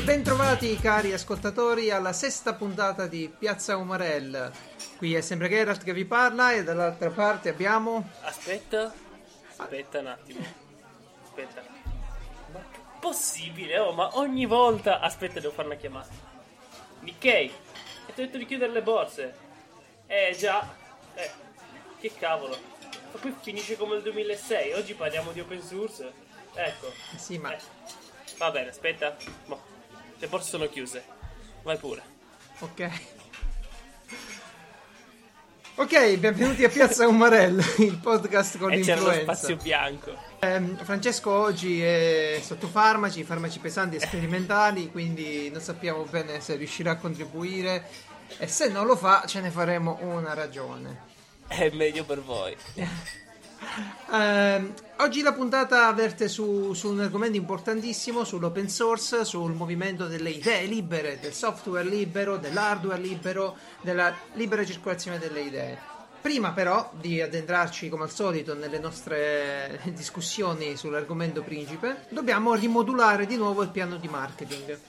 Bentrovati cari ascoltatori alla sesta puntata di Piazza Umarell. Qui è sempre Geralt che vi parla e dall'altra parte abbiamo... Aspetta un attimo. Aspetta. Ma che possibile? Oh, ma ogni volta... Aspetta, devo fare una chiamata. Nikkei, e ti ho detto di chiudere le borse. Già. Che cavolo. Ma poi finisce come il 2006. Oggi parliamo di open source. Ecco. Sì, ma... Va bene, aspetta. Boh. Le borse sono chiuse. Vai pure. Ok, benvenuti a Piazza Umarell, il podcast con l'influenza. C'era lo spazio bianco. Francesco oggi è sotto farmaci pesanti e sperimentali, quindi non sappiamo bene se riuscirà a contribuire e se non lo fa ce ne faremo una ragione. È meglio per voi. Oggi la puntata verte su un argomento importantissimo, sull'open source, sul movimento delle idee libere, del software libero, dell'hardware libero, della libera circolazione delle idee. Prima però di addentrarci come al solito nelle nostre discussioni sull'argomento principe, dobbiamo rimodulare di nuovo il piano di marketing.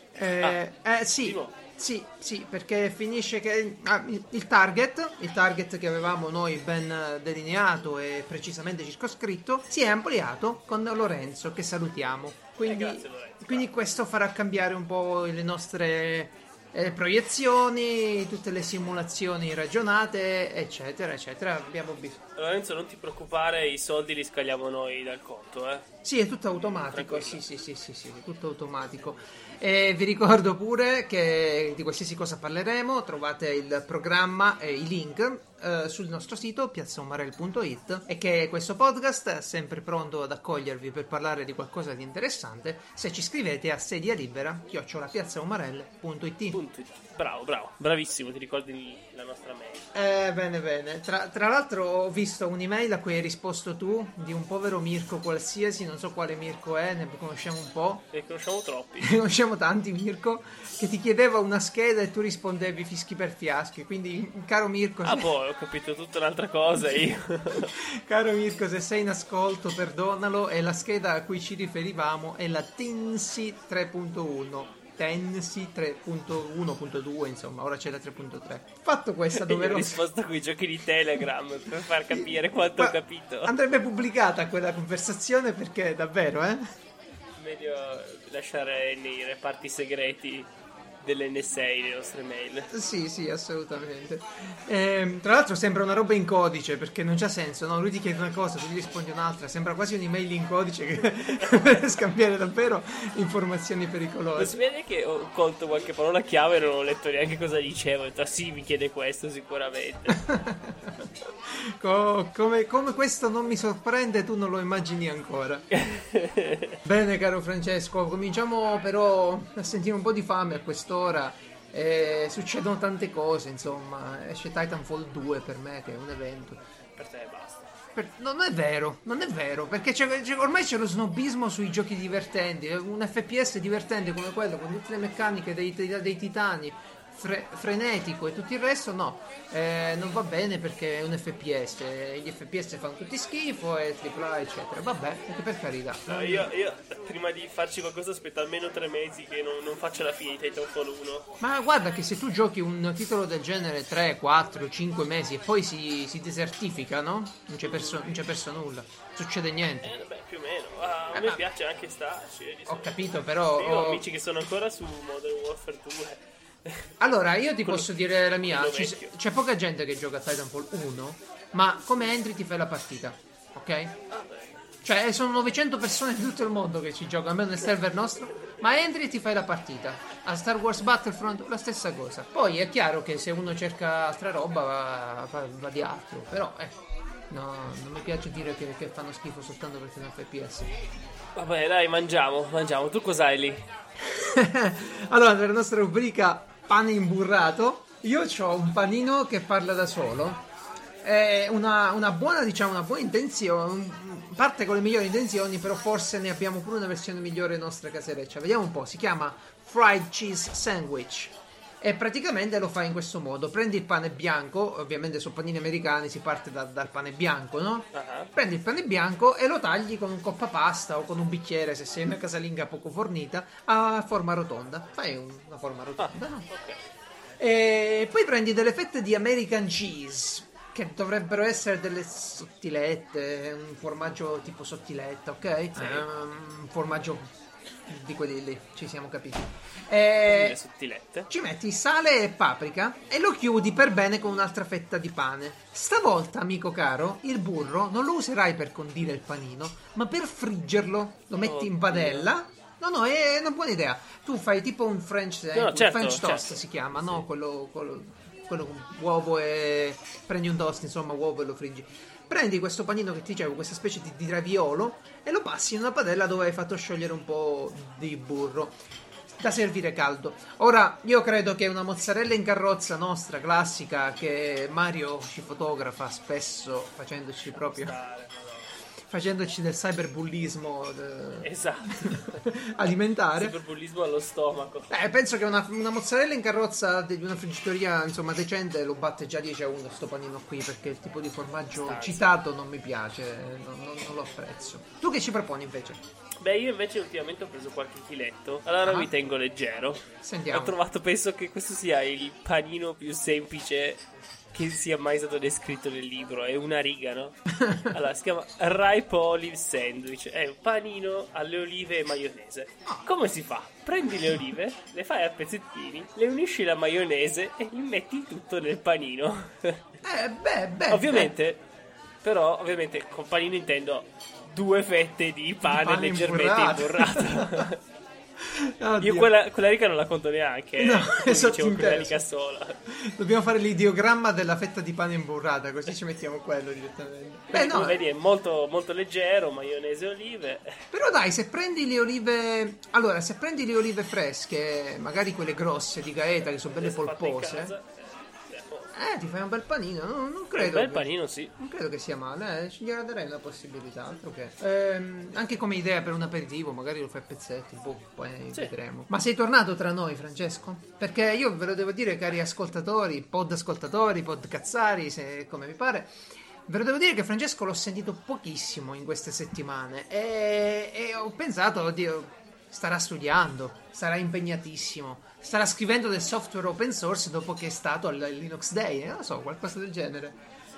Sì, perché finisce che il target che avevamo noi ben delineato e precisamente circoscritto si è ampliato con Lorenzo, che salutiamo. Grazie, Lorenzo. Quindi questo farà cambiare un po' le nostre proiezioni, tutte le simulazioni ragionate, eccetera, eccetera. Abbiamo bisogno. Lorenzo, non ti preoccupare, i soldi li scagliamo noi dal conto, Sì, è tutto automatico. Sì, tutto automatico. E vi ricordo pure che di qualsiasi cosa parleremo trovate il programma e i link sul nostro sito piazzaumarell.it e che questo podcast è sempre pronto ad accogliervi per parlare di qualcosa di interessante se ci scrivete a sedialibera@piazzaumarell.it. Bravo, bravissimo, ti ricordi la nostra mail? Bene. Tra l'altro ho visto un'email a cui hai risposto tu di un povero Mirko qualsiasi, non so quale Mirko è, ne conosciamo un po'. Ne conosciamo troppi. Ne conosciamo tanti, Mirko, che ti chiedeva una scheda e tu rispondevi fischi per fiaschi, quindi caro Mirko... Poi ho capito tutta un'altra cosa io. Caro Mirko, se sei in ascolto perdonalo, e la scheda a cui ci riferivamo è la Tensi 3.1. Tensi 3.1.2, insomma, ora c'è la 3.3. Fatto questa doverosa... Ho risposto con i giochi di Telegram per far capire quanto ho capito. Andrebbe pubblicata quella conversazione perché davvero, Meglio lasciare nei reparti segreti dell'NSA le nostre mail. Sì, assolutamente. Tra l'altro sembra una roba in codice, perché non c'ha senso, no? Lui ti chiede una cosa, tu gli rispondi un'altra, sembra quasi un'email in codice che per scambiare davvero informazioni pericolose. Ma si vede che ho colto qualche parola chiave e non ho letto neanche cosa dicevo. Ho detto, sì, mi chiede questo sicuramente. Come questo non mi sorprende, tu non lo immagini ancora. Bene, caro Francesco, cominciamo però a sentire un po' di fame a quest'ora. Succedono tante cose, insomma. Esce Titanfall 2 per me, che è un evento. Per te basta. Non è vero, perché ormai c'è lo snobismo sui giochi divertenti. Un FPS divertente come quello, con tutte le meccaniche dei titani, frenetico e tutto il resto, no, non va bene perché è un FPS. Gli FPS fanno tutti schifo e AAA eccetera. Vabbè, anche per carità. No, io prima di farci qualcosa aspetto almeno 3 mesi che non faccia la fine di Titanfall 1. Ma guarda che se tu giochi un titolo del genere 3, 4, 5 mesi e poi si desertifica, no? Non c'è perso nulla, succede niente. Beh, più o meno. A me piace anche starci. Ho capito, però io ho amici che sono ancora su Modern Warfare 2. Allora, io ti posso dire la mia. C'è poca gente che gioca a Titanfall 1, ma come entri ti fai la partita, ok? Cioè sono 900 persone di tutto il mondo che ci giocano, almeno nel server nostro, ma entri e ti fai la partita. A Star Wars Battlefront la stessa cosa. Poi è chiaro che se uno cerca altra roba va di altro, però no, non mi piace dire che fanno schifo soltanto perché sono FPS. Vabbè, dai, mangiamo. Tu cos'hai lì? Allora, per la nostra rubrica pane imburrato, io ho un panino che parla da solo. È una buona intenzione, parte con le migliori intenzioni, però forse ne abbiamo pure una versione migliore nostra casereccia. Vediamo un po', si chiama Fried Cheese Sandwich. E praticamente lo fai in questo modo: prendi il pane bianco, ovviamente su panini americani si parte dal pane bianco, no? Prendi il pane bianco e lo tagli con un coppa pasta o con un bicchiere, se sei una casalinga poco fornita, a forma rotonda. Fai una forma rotonda, no? Ok. E poi prendi delle fette di American cheese, che dovrebbero essere delle sottilette, un formaggio tipo sottiletta, ok? Un formaggio di quelli lì, ci siamo capiti. Le sottilette. Ci metti sale e paprika e lo chiudi per bene con un'altra fetta di pane. Stavolta, amico caro, il burro non lo userai per condire il panino, ma per friggerlo. Lo metti in padella. No, è una buona idea. Tu fai tipo un French, French toast si chiama, no? Quello con uovo e prendi un toast, insomma, uovo e lo friggi. Prendi questo panino che ti dicevo, questa specie di raviolo, e lo passi in una padella dove hai fatto sciogliere un po' di burro da servire caldo. Ora, io credo che una mozzarella in carrozza nostra, classica, che Mario ci fotografa spesso facendoci del cyberbullismo Esatto. alimentare. Cyberbullismo allo stomaco. Penso che una mozzarella in carrozza di una friggitoria, insomma, decente lo batte già 10-1 sto panino qui, perché il tipo di formaggio citato non mi piace, non lo apprezzo. Tu che ci proponi invece? Beh, io invece ultimamente ho preso qualche chiletto, allora mi tengo leggero. Sentiamo. Ho trovato, penso che questo sia il panino più semplice che sia mai stato descritto nel libro. È una riga, no? Allora, si chiama Ripe Olive Sandwich. È un panino alle olive e maionese. Come si fa? Prendi le olive, le fai a pezzettini, le unisci alla maionese e li metti tutto nel panino. Ovviamente, però, ovviamente con panino intendo 2 fette di pane leggermente imburrato. Io quella riga non la conto neanche. No, è dicevo quella riga sola. Dobbiamo fare l'ideogramma della fetta di pane imburrata, così ci mettiamo quello direttamente. No, vedi, è molto, molto leggero, maionese e olive. Però dai, se prendi le olive, allora, se prendi le olive fresche, magari quelle grosse di Gaeta, che sono belle polpose, ti fai un bel panino. Non credo. Un bel panino, sì. Non credo che sia male, ci darei una possibilità, altro che. Anche come idea per un aperitivo, magari lo fai a pezzetti, poi vedremo. Ma sei tornato tra noi, Francesco? Perché io ve lo devo dire, cari ascoltatori, podcazzari, se come vi pare. Ve lo devo dire che Francesco l'ho sentito pochissimo in queste settimane e ho pensato, oddio, starà studiando, sarà impegnatissimo, starà scrivendo del software open source dopo che è stato al Linux Day, non lo so, qualcosa del genere.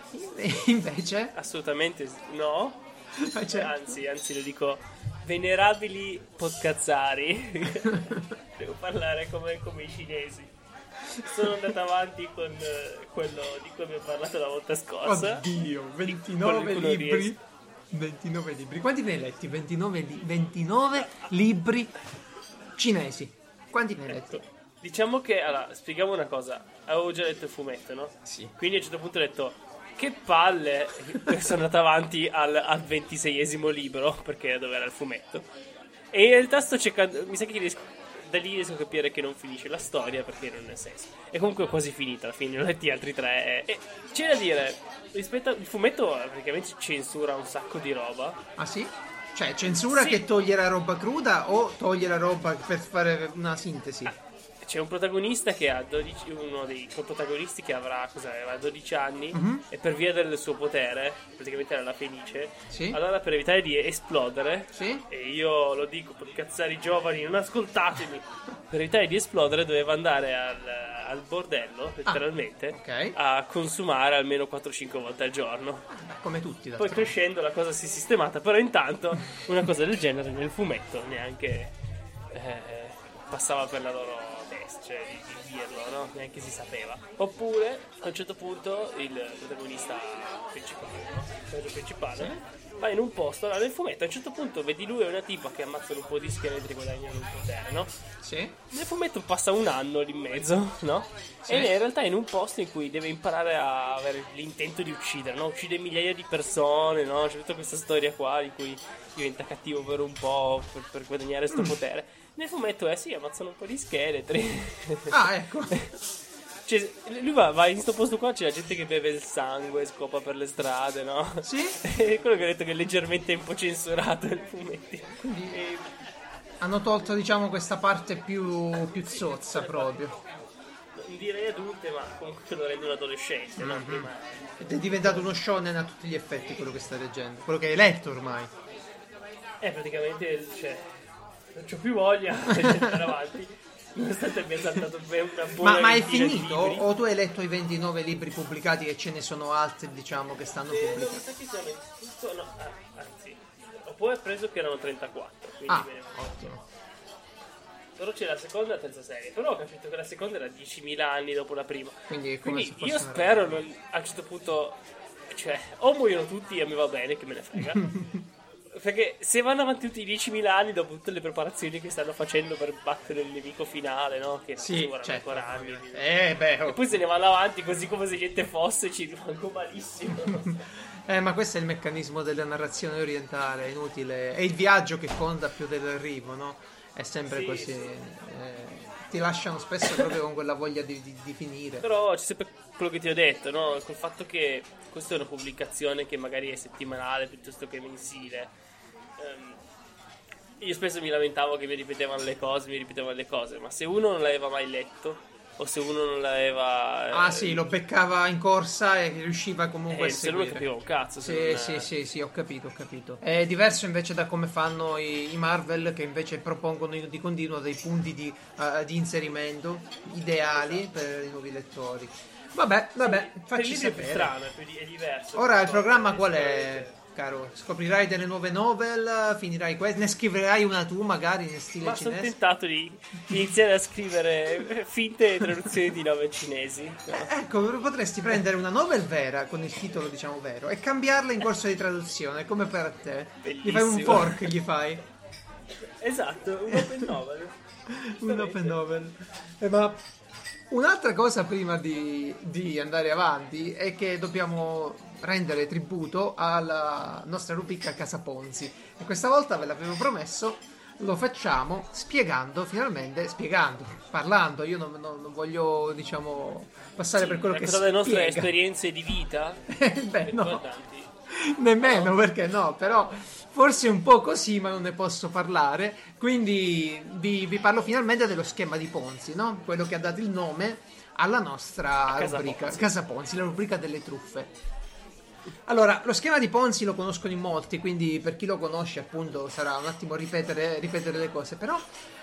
Invece assolutamente no. Certo. Anzi lo dico, venerabili podcazzari. Devo parlare come i cinesi. Sono andato avanti con quello di cui abbiamo parlato la volta scorsa. Oddio, 29 libri. 29 libri. Quanti ne hai letti? 29 libri cinesi. Quanti ne hai letti? Diciamo che, allora, spieghiamo una cosa. Avevo già letto il fumetto, no? Sì. Quindi a un certo punto ho detto, che palle, sono andato avanti al 26esimo libro, perché dove era il fumetto. E in realtà sto cercando, mi sa che da lì riesco a capire che non finisce la storia, perché non ha senso. È comunque quasi finita, alla fine ne ho letti altri 3. E c'è da dire, rispetto al fumetto praticamente censura un sacco di roba. Ah sì? Cioè censura che toglie la roba cruda o toglie la roba per fare una sintesi? C'è un protagonista che ha uno dei protagonisti che aveva 12 anni, e per via del suo potere, praticamente era la Fenice. Sì. Allora, per evitare di esplodere, sì? E io lo dico per cazzare i giovani, non ascoltatemi, per evitare di esplodere doveva andare al bordello, letteralmente, okay, a consumare almeno 4-5 volte al giorno. Come tutti. Poi crescendo la cosa si è sistemata, però intanto una cosa del genere nel fumetto neanche passava per la loro testa, cioè di dirlo, no? Neanche si sapeva. Oppure a un certo punto il protagonista principale va in un posto, allora nel fumetto a un certo punto vedi lui e una tipa che ammazzano un po' di scheletri e guadagnano un potere, no? Sì. Nel fumetto passa un anno lì in mezzo, no? Sì. E in realtà è in un posto in cui deve imparare a avere l'intento di uccidere, no? Uccide migliaia di persone, no? C'è tutta questa storia qua in cui diventa cattivo per un po' per guadagnare sto potere. Nel fumetto ammazzano un po' di scheletri. Ah, ecco. Cioè, lui va in sto posto qua, c'è la gente che beve il sangue, scopa per le strade, no? Sì. E quello che ho detto che è leggermente un po' censurato nel fumetto. Hanno tolto, diciamo, questa parte più zozza proprio. direi adulte, ma comunque lo rendono adolescente, no? Prima... Ed è diventato uno shonen a tutti gli effetti quello che stai leggendo, quello che hai letto ormai. Praticamente, cioè, non c'ho più voglia di andare avanti, nonostante abbia saltato una buona Ma è ventina di finito? libri. O tu hai letto i 29 libri pubblicati e ce ne sono altri, diciamo, che stanno pubblicati? Anzi, poi ho preso che erano 34, quindi Ah, me ne vado. ottimo. Però c'è la seconda e la terza serie. Però ho capito che la seconda era 10.000 anni dopo la prima. Quindi è come Quindi se fosse io una spero a un certo punto, cioè, o muoiono tutti e mi va bene, che me ne frega. Perché se vanno avanti tutti i 10.000 anni dopo tutte le preparazioni che stanno facendo per battere il nemico finale, no? Che Sì, durano certo. ancora anni. Beh, E poi se ne vanno avanti così come se niente fosse, ci rimango malissimo. ma questo è il meccanismo della narrazione orientale, è inutile. È il viaggio che conta più dell'arrivo, no? È sempre Sì, così. sì. Ti lasciano spesso proprio con quella voglia di finire. Però c'è sempre quello che ti ho detto, no? Col fatto che questa è una pubblicazione che magari è settimanale piuttosto che mensile. Io spesso mi lamentavo che mi ripetevano le cose, ma se uno non l'aveva mai letto, o se uno non l'aveva... Sì, lo beccava in corsa e riusciva comunque a se non seguire. capiva un cazzo. Sì, ho capito. È diverso invece da come fanno i Marvel, che invece propongono di continuo dei punti di inserimento ideali per i nuovi lettori. Vabbè, facci Per il libro è più sapere. strano, è diverso. Ora il programma qual è, caro? Scoprirai delle nuove novel, finirai questo, ne scriverai una tu magari in stile Ma sono cinese? tentato di iniziare a scrivere finte traduzioni di novel cinesi. Ecco, potresti prendere una novel vera, con il titolo diciamo vero, e cambiarla in corso di traduzione, come per te. Gli fai un Bellissimo. fork, gli fai. Esatto, un open novel. Un open novel. Ma un'altra cosa prima di andare avanti è che dobbiamo rendere tributo alla nostra rubrica Casa Ponzi. E questa volta ve l'avevo promesso, lo facciamo parlando. Io non voglio, diciamo, passare per quello che raccontare le nostre spiega. esperienze di vita. Beh, no. Riguardanti. Nemmeno, perché no, però forse un po' così, ma non ne posso parlare. Quindi vi parlo finalmente dello schema di Ponzi, no? Quello che ha dato il nome alla nostra Casa rubrica Ponzi. Casa Ponzi, la rubrica delle truffe. Allora, lo schema di Ponzi lo conoscono in molti, quindi per chi lo conosce appunto sarà un attimo ripetere le cose, però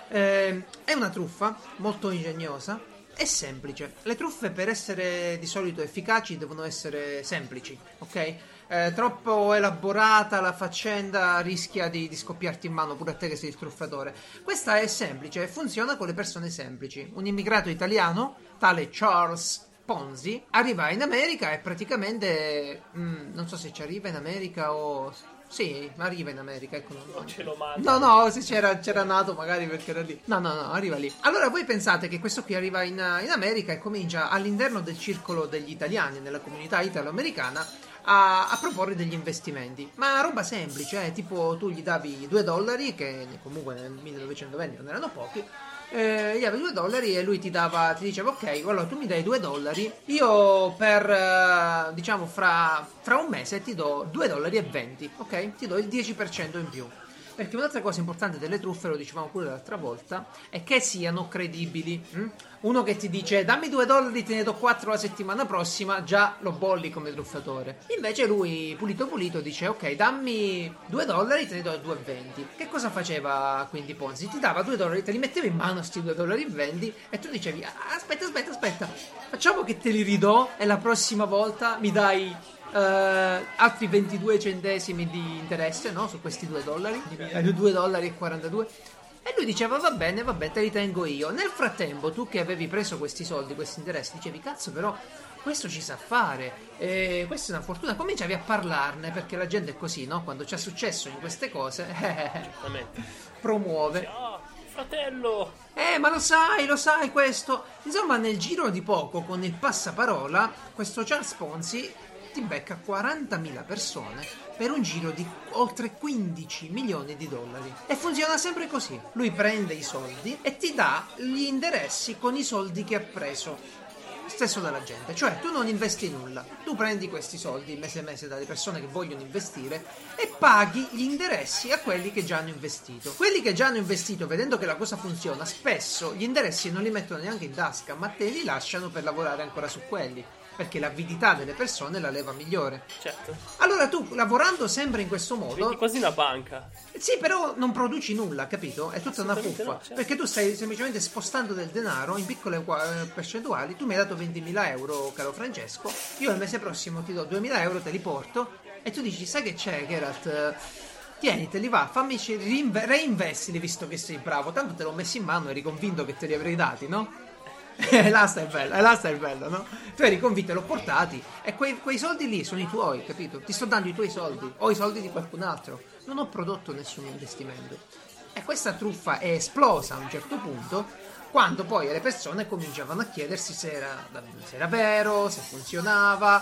è una truffa molto ingegnosa e semplice. Le truffe, per essere di solito efficaci, devono essere semplici, ok? Troppo elaborata la faccenda rischia di scoppiarti in mano pure a te che sei il truffatore. Questa è semplice e funziona con le persone semplici. Un immigrato italiano, tale Charles Ponzi, arriva in America e praticamente non so se ci arriva in America o... Sì, arriva in America, ecco. Non ce lo manda. No, se c'era nato magari perché era lì. No, arriva lì. Allora voi pensate che questo qui arriva in America e comincia all'interno del circolo degli italiani, nella comunità italo-americana, a proporre degli investimenti. Ma roba semplice, tipo tu gli davi $2, che comunque nel 1920 non erano pochi, gli davi $2 e lui ti diceva ok, allora tu mi dai $2, io per diciamo fra un mese ti do $2,20, ok? Ti do il 10% in più. Perché un'altra cosa importante delle truffe, lo dicevamo pure l'altra volta, è che siano credibili. Uno che ti dice dammi $2, te ne do 4 la settimana prossima, già lo bolli come truffatore. Invece lui, pulito, dice ok, dammi $2, te ne do 2,20. Che cosa faceva quindi Ponzi? Ti dava $2, te li metteva in mano sti $2,20 e tu dicevi aspetta, facciamo che te li ridò e la prossima volta mi dai altri 22 centesimi di interesse, no? Su questi $2, $2,42. E lui diceva va bene, te li tengo io. Nel frattempo tu che avevi preso questi soldi, questi interessi, dicevi cazzo, però questo ci sa fare, questa è una fortuna. Cominciavi a parlarne, perché la gente è così, no? Quando c'è successo in queste cose promuove. Oh, fratello, Ma lo sai questo. Insomma, nel giro di poco, con il passaparola, questo Charles Ponzi ti becca 40.000 persone per un giro di oltre 15 milioni di dollari. E funziona sempre così. Lui prende i soldi e ti dà gli interessi con i soldi che ha preso. stesso dalla gente, cioè tu non investi nulla, tu prendi questi soldi mese a mese dalle persone che vogliono investire e paghi gli interessi a quelli che già hanno investito. Quelli che già hanno investito, vedendo che la cosa funziona, spesso gli interessi non li mettono neanche in tasca, ma te li lasciano per lavorare ancora su quelli, perché l'avidità delle persone è la leva migliore. Certo. Allora tu, lavorando sempre in questo modo, Vedi quasi una banca. sì, però non produci nulla, capito? È tutta una fuffa. No, certo. Perché tu stai semplicemente spostando del denaro in piccole percentuali. Tu mi hai dato 20.000 euro, caro Francesco. Io il mese prossimo ti do 2.000 euro, te li porto. E tu dici, sai che c'è, Geralt? Tieni, te li va, fammi reinvestili visto che sei bravo. Tanto te l'ho messo in mano, eri convinto che te li avrei dati, no? Là sta il bello, no? Tu eri convinto, l'ho portati e quei soldi lì sono i tuoi, capito? Ti sto dando i tuoi soldi o i soldi di qualcun altro. Non ho prodotto nessun investimento. E questa truffa è esplosa a un certo punto, quando poi le persone cominciavano a chiedersi se era vero, se funzionava.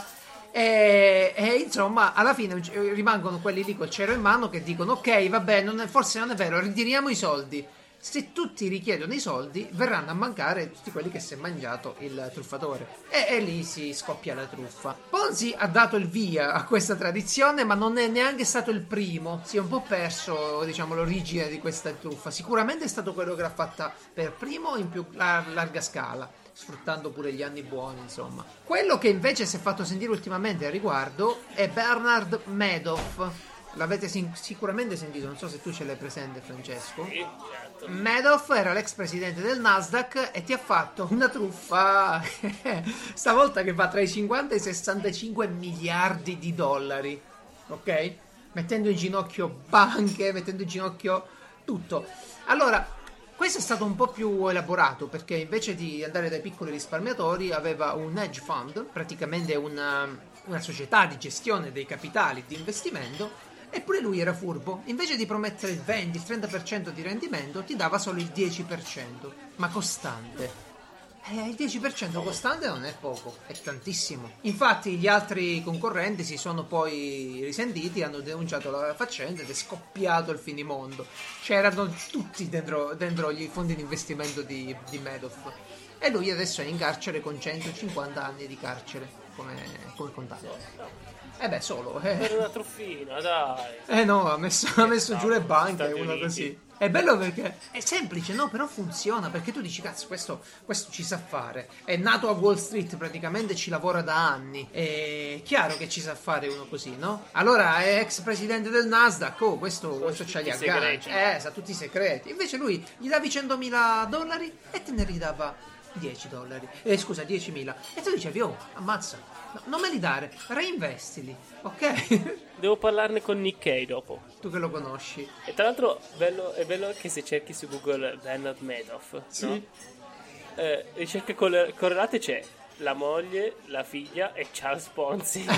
E insomma, alla fine rimangono quelli lì col cero in mano che dicono: ok, vabbè, forse non è vero, ritiriamo i soldi. Se tutti richiedono i soldi, verranno a mancare tutti quelli che si è mangiato il truffatore. E lì si scoppia la truffa. Ponzi ha dato il via a questa tradizione, ma non è neanche stato il primo. Si è un po' perso, diciamo, l'origine di questa truffa. Sicuramente è stato quello che l'ha fatta per primo in più larga scala, sfruttando pure gli anni buoni, insomma. Quello che invece si è fatto sentire ultimamente a riguardo è Bernard Madoff. L'avete sicuramente sentito, non so se tu ce l'hai presente, Francesco. Sì, certo. Madoff era l'ex presidente del Nasdaq e ti ha fatto una truffa stavolta che va tra i 50 e i 65 miliardi di dollari, ok? Mettendo in ginocchio banche, mettendo in ginocchio tutto. Allora, questo è stato un po' più elaborato, perché invece di andare dai piccoli risparmiatori aveva un hedge fund, praticamente una società di gestione dei capitali di investimento. Eppure lui era furbo, invece di promettere il 20, il 30% di rendimento ti dava solo il 10%, ma costante. Il 10% costante non è poco, è tantissimo. Infatti gli altri concorrenti si sono poi risentiti, hanno denunciato la faccenda ed è scoppiato il finimondo. C'erano tutti dentro i fondi di investimento di Madoff. E lui adesso è in carcere con 150 anni di carcere come condanna. Solo. Per una truffina, dai. No, ha messo giù le banche, uno così. È bello perché è semplice, no? Però funziona, perché tu dici, cazzo, questo ci sa fare. È nato a Wall Street, praticamente ci lavora da anni. È chiaro che ci sa fare uno così, no? Allora è ex presidente del Nasdaq, questo c'ha gli agganci. Sa tutti i segreti. Invece lui gli davi $100.000 e te ne ridava $10. Scusa, 10.000. E tu dicevi, oh, ammazza. No, non me li dare, reinvestili, ok? Devo parlarne con Nikkei dopo. Tu che lo conosci. E tra l'altro è bello che se cerchi su Google Bernard Madoff, sì, no? Ricerche correlate c'è la moglie, la figlia e Charles Ponzi.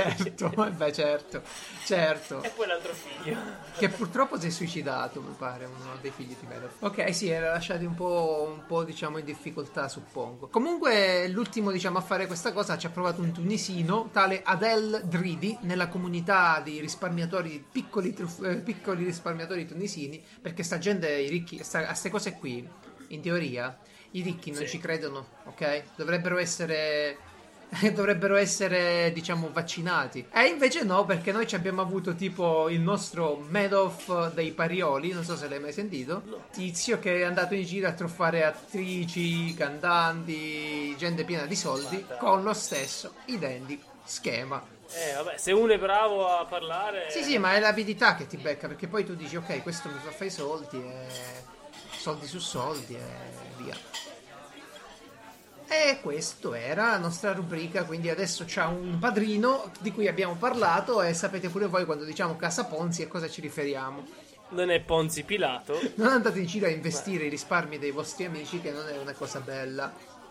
certo. E poi l'altro figlio. Che purtroppo si è suicidato, mi pare, uno dei figli di Madoff. Ok, sì, era lasciati un po' diciamo in difficoltà, suppongo. Comunque l'ultimo, diciamo, a fare questa cosa ci ha provato un tunisino, tale Adel Dridi, nella comunità di risparmiatori, piccoli risparmiatori tunisini, perché sta gente, i ricchi, a queste cose qui, in teoria i ricchi non ci credono, ok? Dovrebbero essere, diciamo, vaccinati. E invece no, perché noi ci abbiamo avuto tipo il nostro Madoff dei Parioli, non so se l'hai mai sentito. No. Tizio che è andato in giro a truffare attrici, cantanti, gente piena di soldi, con lo stesso identico schema. Vabbè, se uno è bravo a parlare... Sì, ma è l'avidità che ti becca, perché poi tu dici, ok, questo mi fa fare i soldi e... soldi su soldi e via. E questo era la nostra rubrica, quindi adesso c'ha un padrino di cui abbiamo parlato e sapete pure voi quando diciamo Casa Ponzi a cosa ci riferiamo. Non è Ponzi Pilato. Non andate in giro a investire i risparmi dei vostri amici, che non è una cosa bella.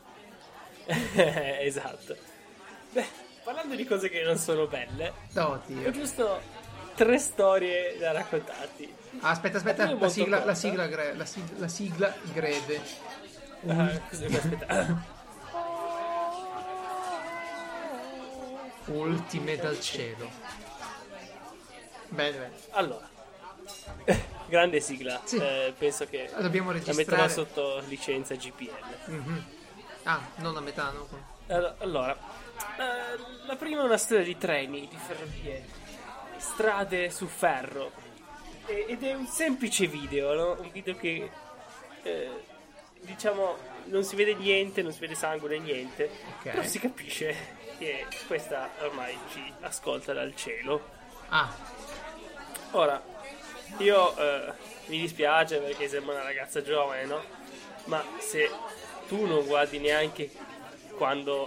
Esatto. Beh, parlando di cose che non sono belle, Oh Dio. ho giusto 3 storie da raccontarti. Aspetta, la sigla greve. Aspetta. Ultime dal cielo. Bene. Allora, grande sigla. Sì. Penso che dobbiamo la registrare. metterò sotto licenza GPL. Mm-hmm. Non a metano. Allora, la prima è una storia di treni, di ferrovie, strade su ferro. Ed è un semplice video, no? Un video che, diciamo, non si vede niente, non si vede sangue né niente. Ok. Però si capisce che questa ormai ci ascolta dal cielo. Ah, Ora, io mi dispiace perché sembra una ragazza giovane, no? Ma se tu non guardi neanche quando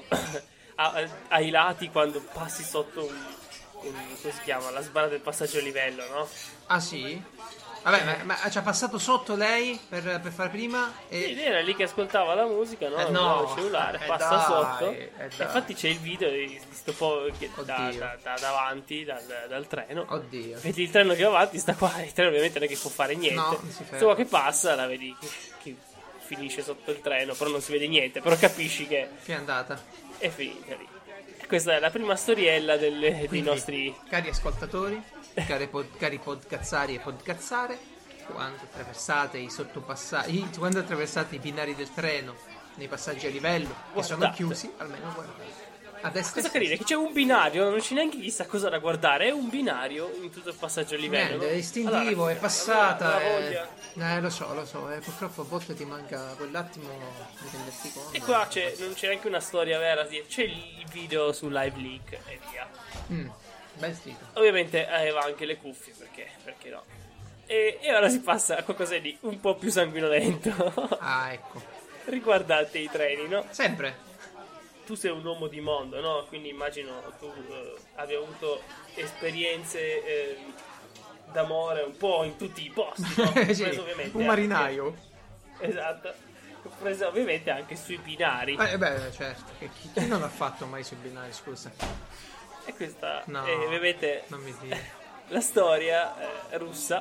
ai lati, quando passi sotto come si chiama? La sbarra del passaggio a livello, no? ah sì? Vabbè, ma ci ha passato sotto lei per fare prima? Ed era lì che ascoltava la musica, no? No, Il cellulare, passa dai, sotto. dai. Infatti c'è il video di sto povero che Oddio. da davanti, dal treno. Oddio. Vedi il treno che va avanti, sta qua. Il treno ovviamente non è che può fare niente. No, non si ferma. Solo che passa, la vedi che finisce sotto il treno, però non si vede niente. Però capisci che Che è andata. è finita lì. E questa è la prima storiella dei Quindi, nostri... cari ascoltatori, cari podcazzari e podcazzare, quando attraversate quando attraversate i binari del treno nei passaggi a livello che sono Guardate. chiusi, almeno guardate. A destra Cosa e carina è che c'è un binario, non c'è neanche chissà cosa da guardare, è un binario in tutto il passaggio a livello. niente, no? è istintivo, Allora, è passata. la voglia. Lo so, purtroppo a volte ti manca quell'attimo di renderti conto. E qua non c'è neanche una storia vera, c'è il video su Live Leak e via. Bel sito. Ovviamente aveva anche le cuffie, perché no? E ora si passa a qualcosa di un po' più sanguinolento. Ah, ecco. Riguardate i treni, no? Sempre. Tu sei un uomo di mondo, no? Quindi immagino tu abbia avuto esperienze d'amore un po' in tutti i posti, no? Sì, Preso ovviamente un anche- marinaio. Esatto. Preso ovviamente anche sui binari. Beh, certo. Chi non l'ha fatto mai sui binari, scusa? E questa No, è ovviamente non mi dire. la storia russa.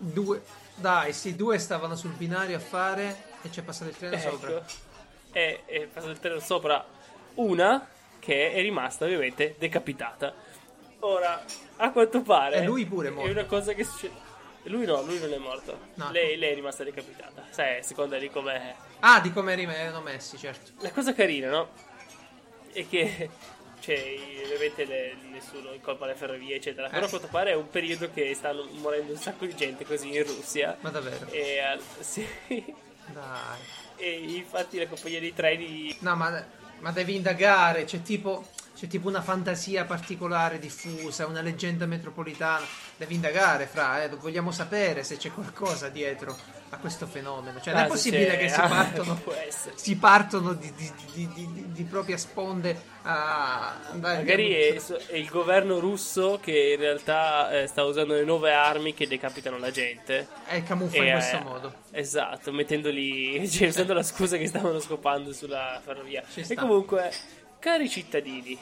Dai, sì, due stavano sul binario a fare e c'è passato il treno sopra. Ecco. È passato il treno sopra una che è rimasta ovviamente decapitata. Ora, a quanto pare... E lui pure è morto. È una cosa che succede... Lui non è morto. No. Lei è rimasta decapitata. Sai, secondo lì com'è... Ah, di come erano messi, certo. La cosa carina, no? È che... ovviamente nessuno incolpa le ferrovie, eccetera. Però a quanto pare è un periodo che stanno morendo un sacco di gente così in Russia. Ma davvero? E, sì. Dai. E infatti la compagnia dei treni... No, ma devi indagare, c'è tipo una fantasia particolare diffusa, una leggenda metropolitana. Devi indagare, vogliamo sapere se c'è qualcosa dietro a questo fenomeno. Cioè, non è possibile che può essere. si partono di propria sponde a... Magari è il governo russo che in realtà sta usando le nuove armi che decapitano la gente. È camuffa in questo modo. Esatto, mettendoli, cioè, usando la scusa che stavano scopando sulla ferrovia. Ci E sta. comunque, cari cittadini,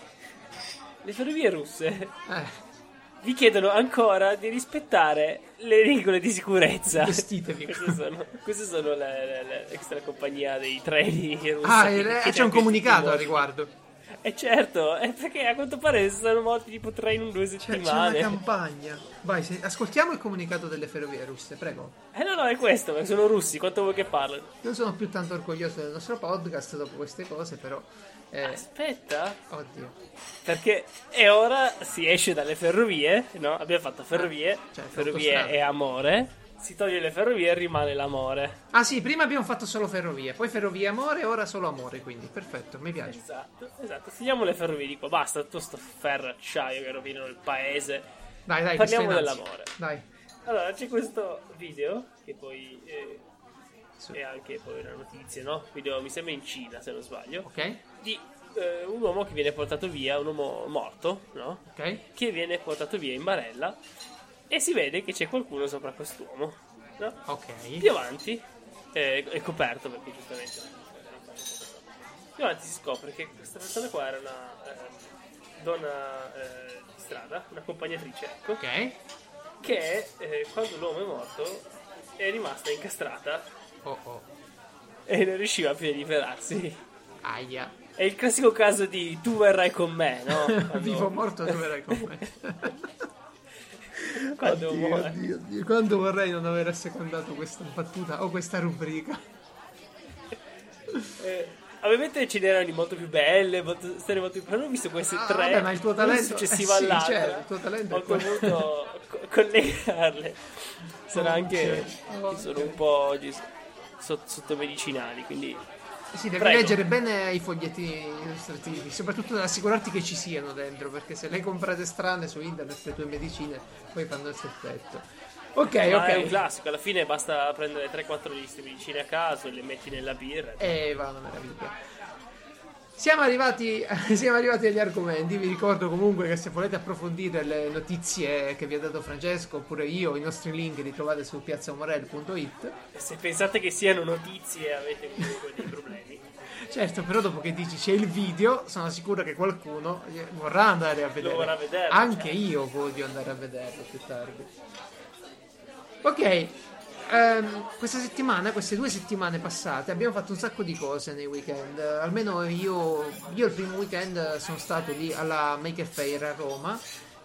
le ferrovie russe Eh, vi chiedono ancora di rispettare le regole di sicurezza. Vestitevi. Queste sono questa è la compagnia dei treni russi. Ah, che c'è un comunicato al riguardo. certo, è perché a quanto pare sono morti tipo 3 in 2 C'è una settimane. campagna. Vai, ascoltiamo il comunicato delle ferrovie russe, prego. No, è questo, perché sono russi, quanto vuoi che parlano? Non sono più tanto orgoglioso del nostro podcast dopo queste cose, però... Aspetta, Oddio. perché e ora si esce dalle ferrovie, no? Abbiamo fatto ferrovie, certo, ferrovie autostrada. e amore. Si toglie le ferrovie e rimane l'amore. Ah sì, prima abbiamo fatto solo ferrovie, poi ferrovie amore, ora solo amore, quindi perfetto, mi piace. Esatto. Togliamo le ferrovie di qua, basta, tutto sto ferro acciaio che rovinano il paese. Dai, Parliamo questo è in ansia. dell'amore. Dai. Allora, c'è questo video, che poi è anche poi una notizia, no? Video, mi sembra in Cina, se non sbaglio. Ok, Di un uomo che viene portato via, un uomo morto, no? ok. Che viene portato via in barella e si vede che c'è qualcuno sopra quest'uomo, no? Ok. Più avanti è coperto perché giustamente più avanti si scopre che questa persona qua era una donna di strada, un'accompagnatrice, ecco, Ok. che quando l'uomo è morto è rimasta incastrata Oh. e non riusciva più a liberarsi. Aia. È il classico caso di tu verrai con me, no? Quando- Vivo o morto tu verrai con me. Quando Oddio, muore. oddio. Quando vorrei non aver assecondato questa battuta o questa rubrica. Ovviamente ce n'erano di molto più belle, storie molto più... però ho visto queste tre, vabbè, ma il tuo talento successiva sì, all'altra, certo, il tuo talento ho è quello. dovuto collegarle. Sono anche sono un po' oggi sottomedicinali, quindi Sì, devi prego. leggere bene i foglietti illustrativi, soprattutto ad assicurarti che ci siano dentro, perché se le hai comprate strane su internet le tue medicine poi fanno questo effetto. Ok, Ma è un ok. classico, alla fine basta prendere 3-4 liste di medicine a caso e le metti nella birra. E va una meraviglia. Siamo arrivati agli argomenti. Vi ricordo comunque che se volete approfondire le notizie che vi ha dato Francesco oppure io, i nostri link li trovate su piazzaumorel.it. E se pensate che siano notizie avete comunque dei problemi. Certo, però dopo che dici c'è il video, sono sicuro che qualcuno vorrà andare a vedere. Lo vorrà vedere, Anche certo. io voglio andare a vederlo più tardi. Ok, queste 2 settimane passate, abbiamo fatto un sacco di cose nei weekend. Almeno io il primo weekend sono stato lì alla Maker Faire a Roma.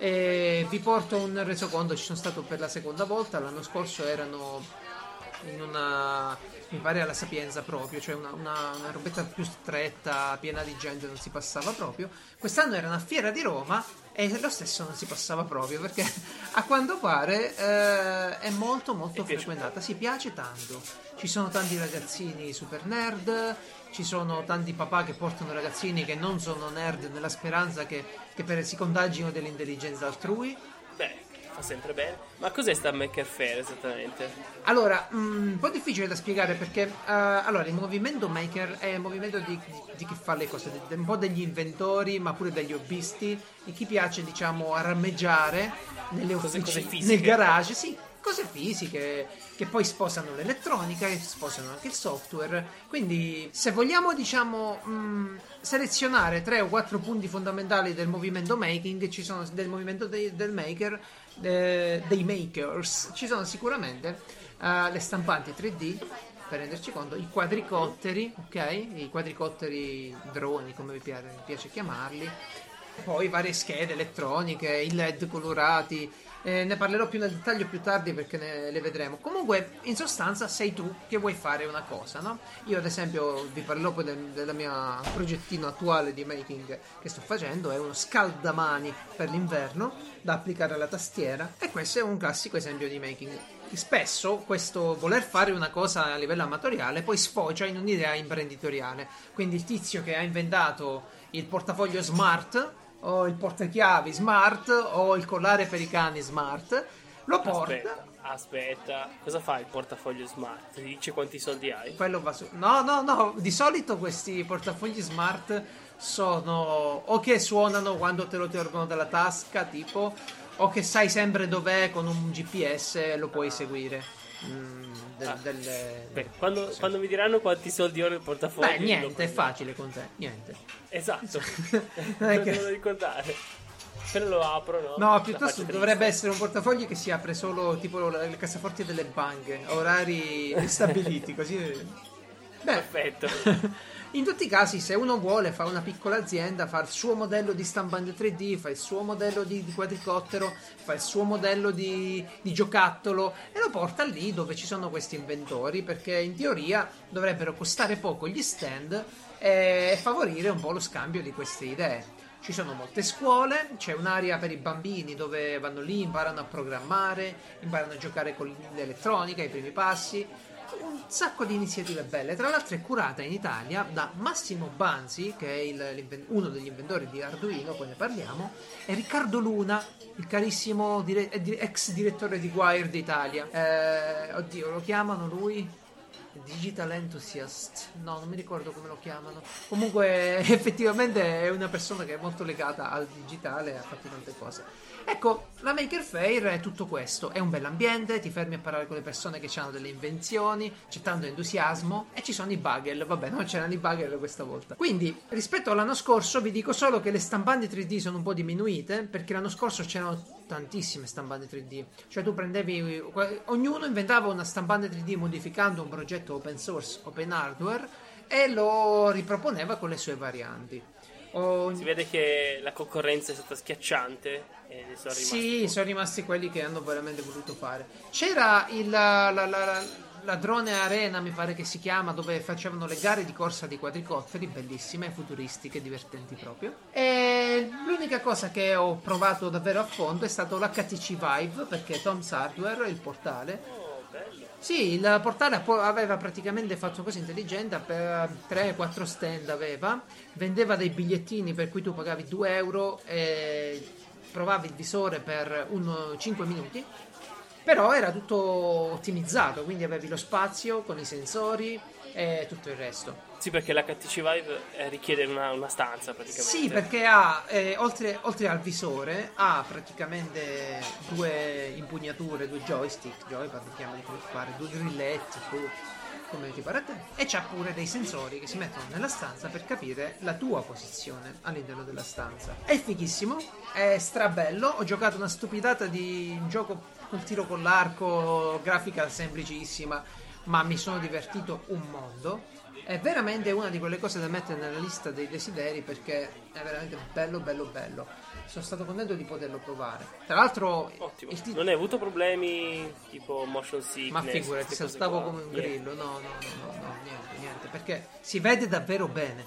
E vi porto un resoconto, ci sono stato per la seconda volta. L'anno scorso erano in una, mi pare alla Sapienza proprio, cioè una robetta più stretta, piena di gente, non si passava proprio. Quest'anno era una fiera di Roma e lo stesso non si passava proprio, perché a quanto pare è molto molto frequentata, si piace tanto. Ci sono tanti ragazzini super nerd, ci sono tanti papà che portano ragazzini che non sono nerd nella speranza che si contagino dell'intelligenza altrui. Beh, fa sempre bene. Ma cos'è sta Maker Faire esattamente? Allora, un po' difficile da spiegare perché allora, il movimento maker è il movimento di chi fa le cose, un po' degli inventori, ma pure degli hobbisti, di chi piace, diciamo, armeggiare nelle Cose officine, fisiche. nel garage, sì, cose fisiche che poi sposano l'elettronica e sposano anche il software. Quindi, se vogliamo, diciamo, selezionare 3 o 4 punti fondamentali del movimento making, ci sono del movimento del maker, dei makers, ci sono sicuramente le stampanti 3D, per renderci conto, i quadricotteri, ok? I quadricotteri droni, come vi piace chiamarli, poi varie schede elettroniche, i LED colorati. Ne parlerò più nel dettaglio più tardi perché le vedremo. Comunque, in sostanza, sei tu che vuoi fare una cosa, no? Io, ad esempio, vi parlerò poi del mio progettino attuale di making che sto facendo. È uno scaldamani per l'inverno da applicare alla tastiera. E questo è un classico esempio di making. Spesso questo voler fare una cosa a livello amatoriale poi sfocia in un'idea imprenditoriale. Quindi il tizio che ha inventato il portafoglio smart o il portachiavi smart o il collare per i cani smart lo porta. Aspetta, cosa fa il portafoglio smart? Ti dice quanti soldi hai? Quello va su. No, di solito questi portafogli smart sono o che suonano quando te lo tolgono dalla tasca, tipo, o che sai sempre dov'è con un GPS e lo puoi seguire. Quando mi diranno quanti soldi ho nel portafoglio, beh, niente, è facile con te, niente. Esatto. Non è Non che- devo ricordare. Se lo apro, no? No, piuttosto dovrebbe essere un portafoglio che si apre solo tipo le cassaforti delle banche, a orari stabiliti, così. Beh, Perfetto. in tutti i casi, se uno vuole fa una piccola azienda, fa il suo modello di stampante 3D, fa il suo modello di quadricottero, fa il suo modello di giocattolo e lo porta lì dove ci sono questi inventori, perché in teoria dovrebbero costare poco gli stand e favorire un po' lo scambio di queste idee. Ci sono molte scuole, c'è un'area per i bambini dove vanno lì, imparano a programmare, imparano a giocare con l'elettronica, i primi passi. Un sacco di iniziative belle. Tra l'altro è curata in Italia da Massimo Banzi, che è uno degli inventori di Arduino, poi ne parliamo, e Riccardo Luna, il carissimo ex direttore di Wired Italia. Oddio, lo chiamano lui? Digital Enthusiast, no, non mi ricordo come lo chiamano. Comunque effettivamente è una persona che è molto legata al digitale e ha fatto tante cose. Ecco, la Maker Faire è tutto questo, è un bell'ambiente, ti fermi a parlare con le persone che hanno delle invenzioni, c'è tanto entusiasmo e ci sono i bagel, vabbè, non c'erano i bagel questa volta. Quindi, rispetto all'anno scorso, vi dico solo che le stampanti 3D sono un po' diminuite, perché l'anno scorso c'erano tantissime stampanti 3D, cioè tu prendevi, ognuno inventava una stampante 3D modificando un progetto open source, open hardware e lo riproponeva con le sue varianti. Si vede che la concorrenza è stata schiacciante e ne sono rimasti Sì, pochi. sono rimasti quelli che hanno veramente voluto fare. C'era la Drone Arena mi pare che si chiama, dove facevano le gare di corsa di quadricotteri, bellissime, futuristiche, divertenti proprio. E l'unica cosa che ho provato davvero a fondo è stato l'HTC Vive, perché Tom's Hardware, il portale, Oh, bello. sì, il portale aveva praticamente fatto così intelligente, per 3-4 stand aveva, vendeva dei bigliettini per cui tu pagavi 2 euro e provavi il visore per 5 minuti, però era tutto ottimizzato, quindi avevi lo spazio con i sensori e tutto il resto. Sì, perché l'HTC Vive richiede una stanza praticamente. Sì, perché ha, oltre al visore, ha praticamente due impugnature, due joypad, chiamali come ti pare, due grilletti, come ti pare a te, e c'ha pure dei sensori che si mettono nella stanza per capire la tua posizione all'interno della stanza. È fighissimo, è strabello, ho giocato una stupidata di un gioco col tiro con l'arco, grafica semplicissima, ma mi sono divertito un mondo. È veramente una di quelle cose da mettere nella lista dei desideri, perché è veramente bello. Sono stato contento di poterlo provare. Tra l'altro, Ottimo. Non hai avuto problemi tipo motion sickness? ma figurati, saltavo come un grillo. No, niente, perché si vede davvero bene.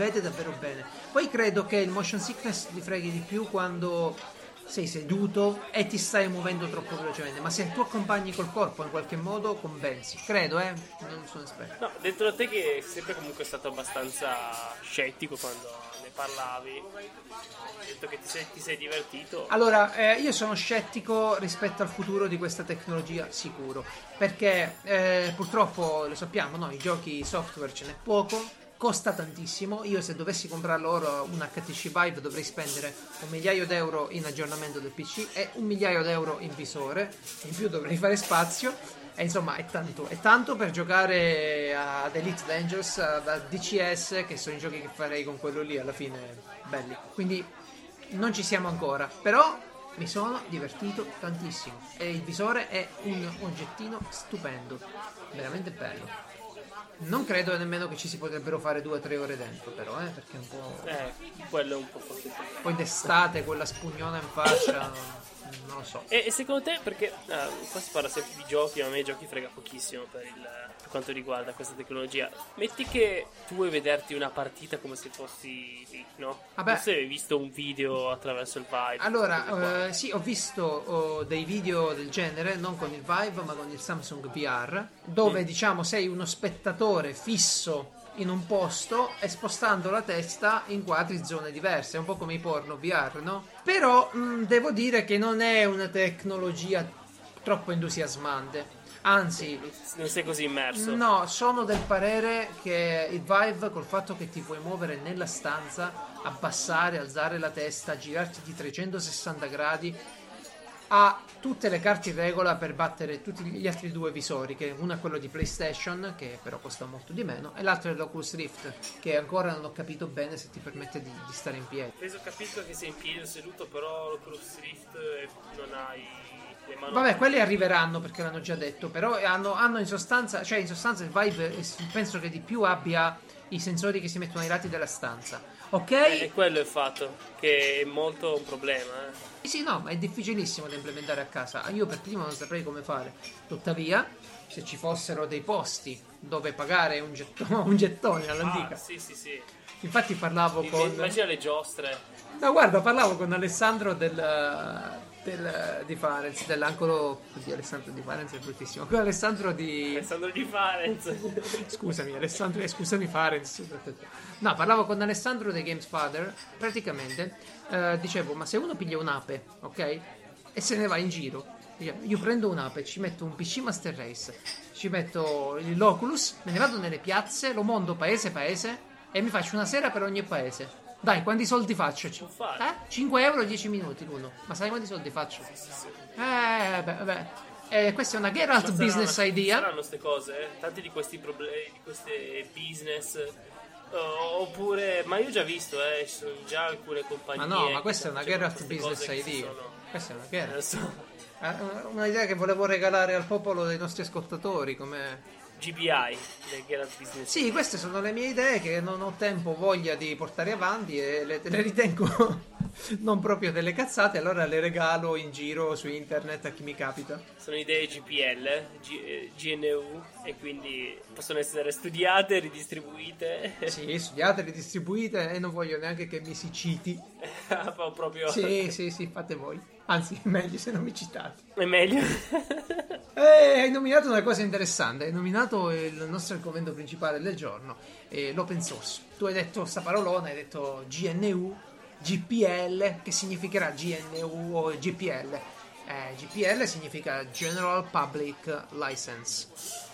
Poi credo che il motion sickness ti freghi di più quando sei seduto e ti stai muovendo troppo velocemente, ma se tu accompagni col corpo in qualche modo compensi, credo, non sono esperto. No, dentro da te che sei sempre comunque stato abbastanza scettico quando ne parlavi, hai detto che ti sei divertito. Allora, io sono scettico rispetto al futuro di questa tecnologia, sicuro, perché purtroppo lo sappiamo, no? I giochi software ce n'è poco, costa tantissimo. Io, se dovessi comprarlo ora un HTC Vive, dovrei spendere €1.000.000 in aggiornamento del PC e €1.000.000 in visore, in più dovrei fare spazio, e insomma è tanto per giocare ad Elite Dangerous, a DCS, che sono i giochi che farei con quello lì alla fine belli. Quindi non ci siamo ancora, però mi sono divertito tantissimo e il visore è un oggettino stupendo, veramente bello. Non credo nemmeno che ci si potrebbero fare 2-3 ore dentro, però, perché è un po'. Quello è un po' forse. Poi d'estate, quella spugnona in faccia, non lo so. E secondo te, perché qua si parla sempre di giochi, ma a me i giochi frega pochissimo per quanto riguarda questa tecnologia. Metti che tu vuoi vederti una partita come se fossi lì, no? Vabbè. Non so se hai visto un video attraverso il Vive. Allora, sì, ho visto dei video del genere, non con il Vive, ma con il Samsung VR, dove diciamo sei uno spettatore fisso in un posto e spostando la testa inquadri zone diverse, è un po' come i porno VR, no? Però devo dire che non è una tecnologia troppo entusiasmante. Anzi, non sei così immerso. No, sono del parere che il Vive, col fatto che ti puoi muovere nella stanza, abbassare, alzare la testa, girarti di 360 gradi, ha tutte le carte in regola per battere tutti gli altri due visori, che uno è quello di PlayStation, che però costa molto di meno, e l'altro è l'Oculus Rift, che ancora non ho capito bene se ti permette di stare in piedi. Penso capisco che sei in piedi o seduto, però l'Oculus Rift non hai le mani. Vabbè, quelli arriveranno perché l'hanno già detto, però hanno in sostanza il Vive penso che di più abbia i sensori che si mettono ai lati della stanza, ok? E quello è il fatto, che è molto un problema, Sì, no, ma è difficilissimo da implementare a casa. Io per primo non saprei come fare. Tuttavia, se ci fossero dei posti dove pagare un gettone all'antica. Sì. Infatti parlavo con. Immagina le giostre. No, guarda, parlavo con Alessandro di Farenz, dell'ancolo di Alessandro di Farenz, è bruttissimo. Con Alessandro di Farenz. Scusami Farenz. No, parlavo con Alessandro dei Games Father. Praticamente dicevo, ma se uno piglia un'ape, ok? E se ne va in giro, io prendo un'ape, ci metto un PC Master Race, ci metto l'Oculus, me ne vado nelle piazze, lo mondo paese e mi faccio una sera per ogni paese. Dai, quanti soldi faccio? 5 euro 10 minuti l'uno. Ma sai quanti soldi faccio? Sì. Questa è una Geralt business idea. Saranno queste cose, tanti di questi problemi, di queste business. Oppure, ma io ho già visto, ci sono già alcune compagnie. Ma no, ma questa è una Geralt business idea. Questa è una Geralt. Un'idea che volevo regalare al popolo dei nostri ascoltatori, come GBI, le Geralt Business. Sì, queste sono le mie idee che non ho tempo, voglia di portare avanti e le ritengo non proprio delle cazzate, allora le regalo in giro su internet a chi mi capita. Sono idee GPL, GNU, e quindi possono essere studiate, ridistribuite. Sì, studiate, ridistribuite e non voglio neanche che mi si citi. Proprio... Sì, fate voi. Anzi, meglio se non mi citate. È meglio. Hai nominato una cosa interessante, hai nominato il nostro argomento principale del giorno, l'open source. Tu hai detto sta parolona, hai detto GNU, GPL, che significherà GNU o GPL? GPL significa General Public License.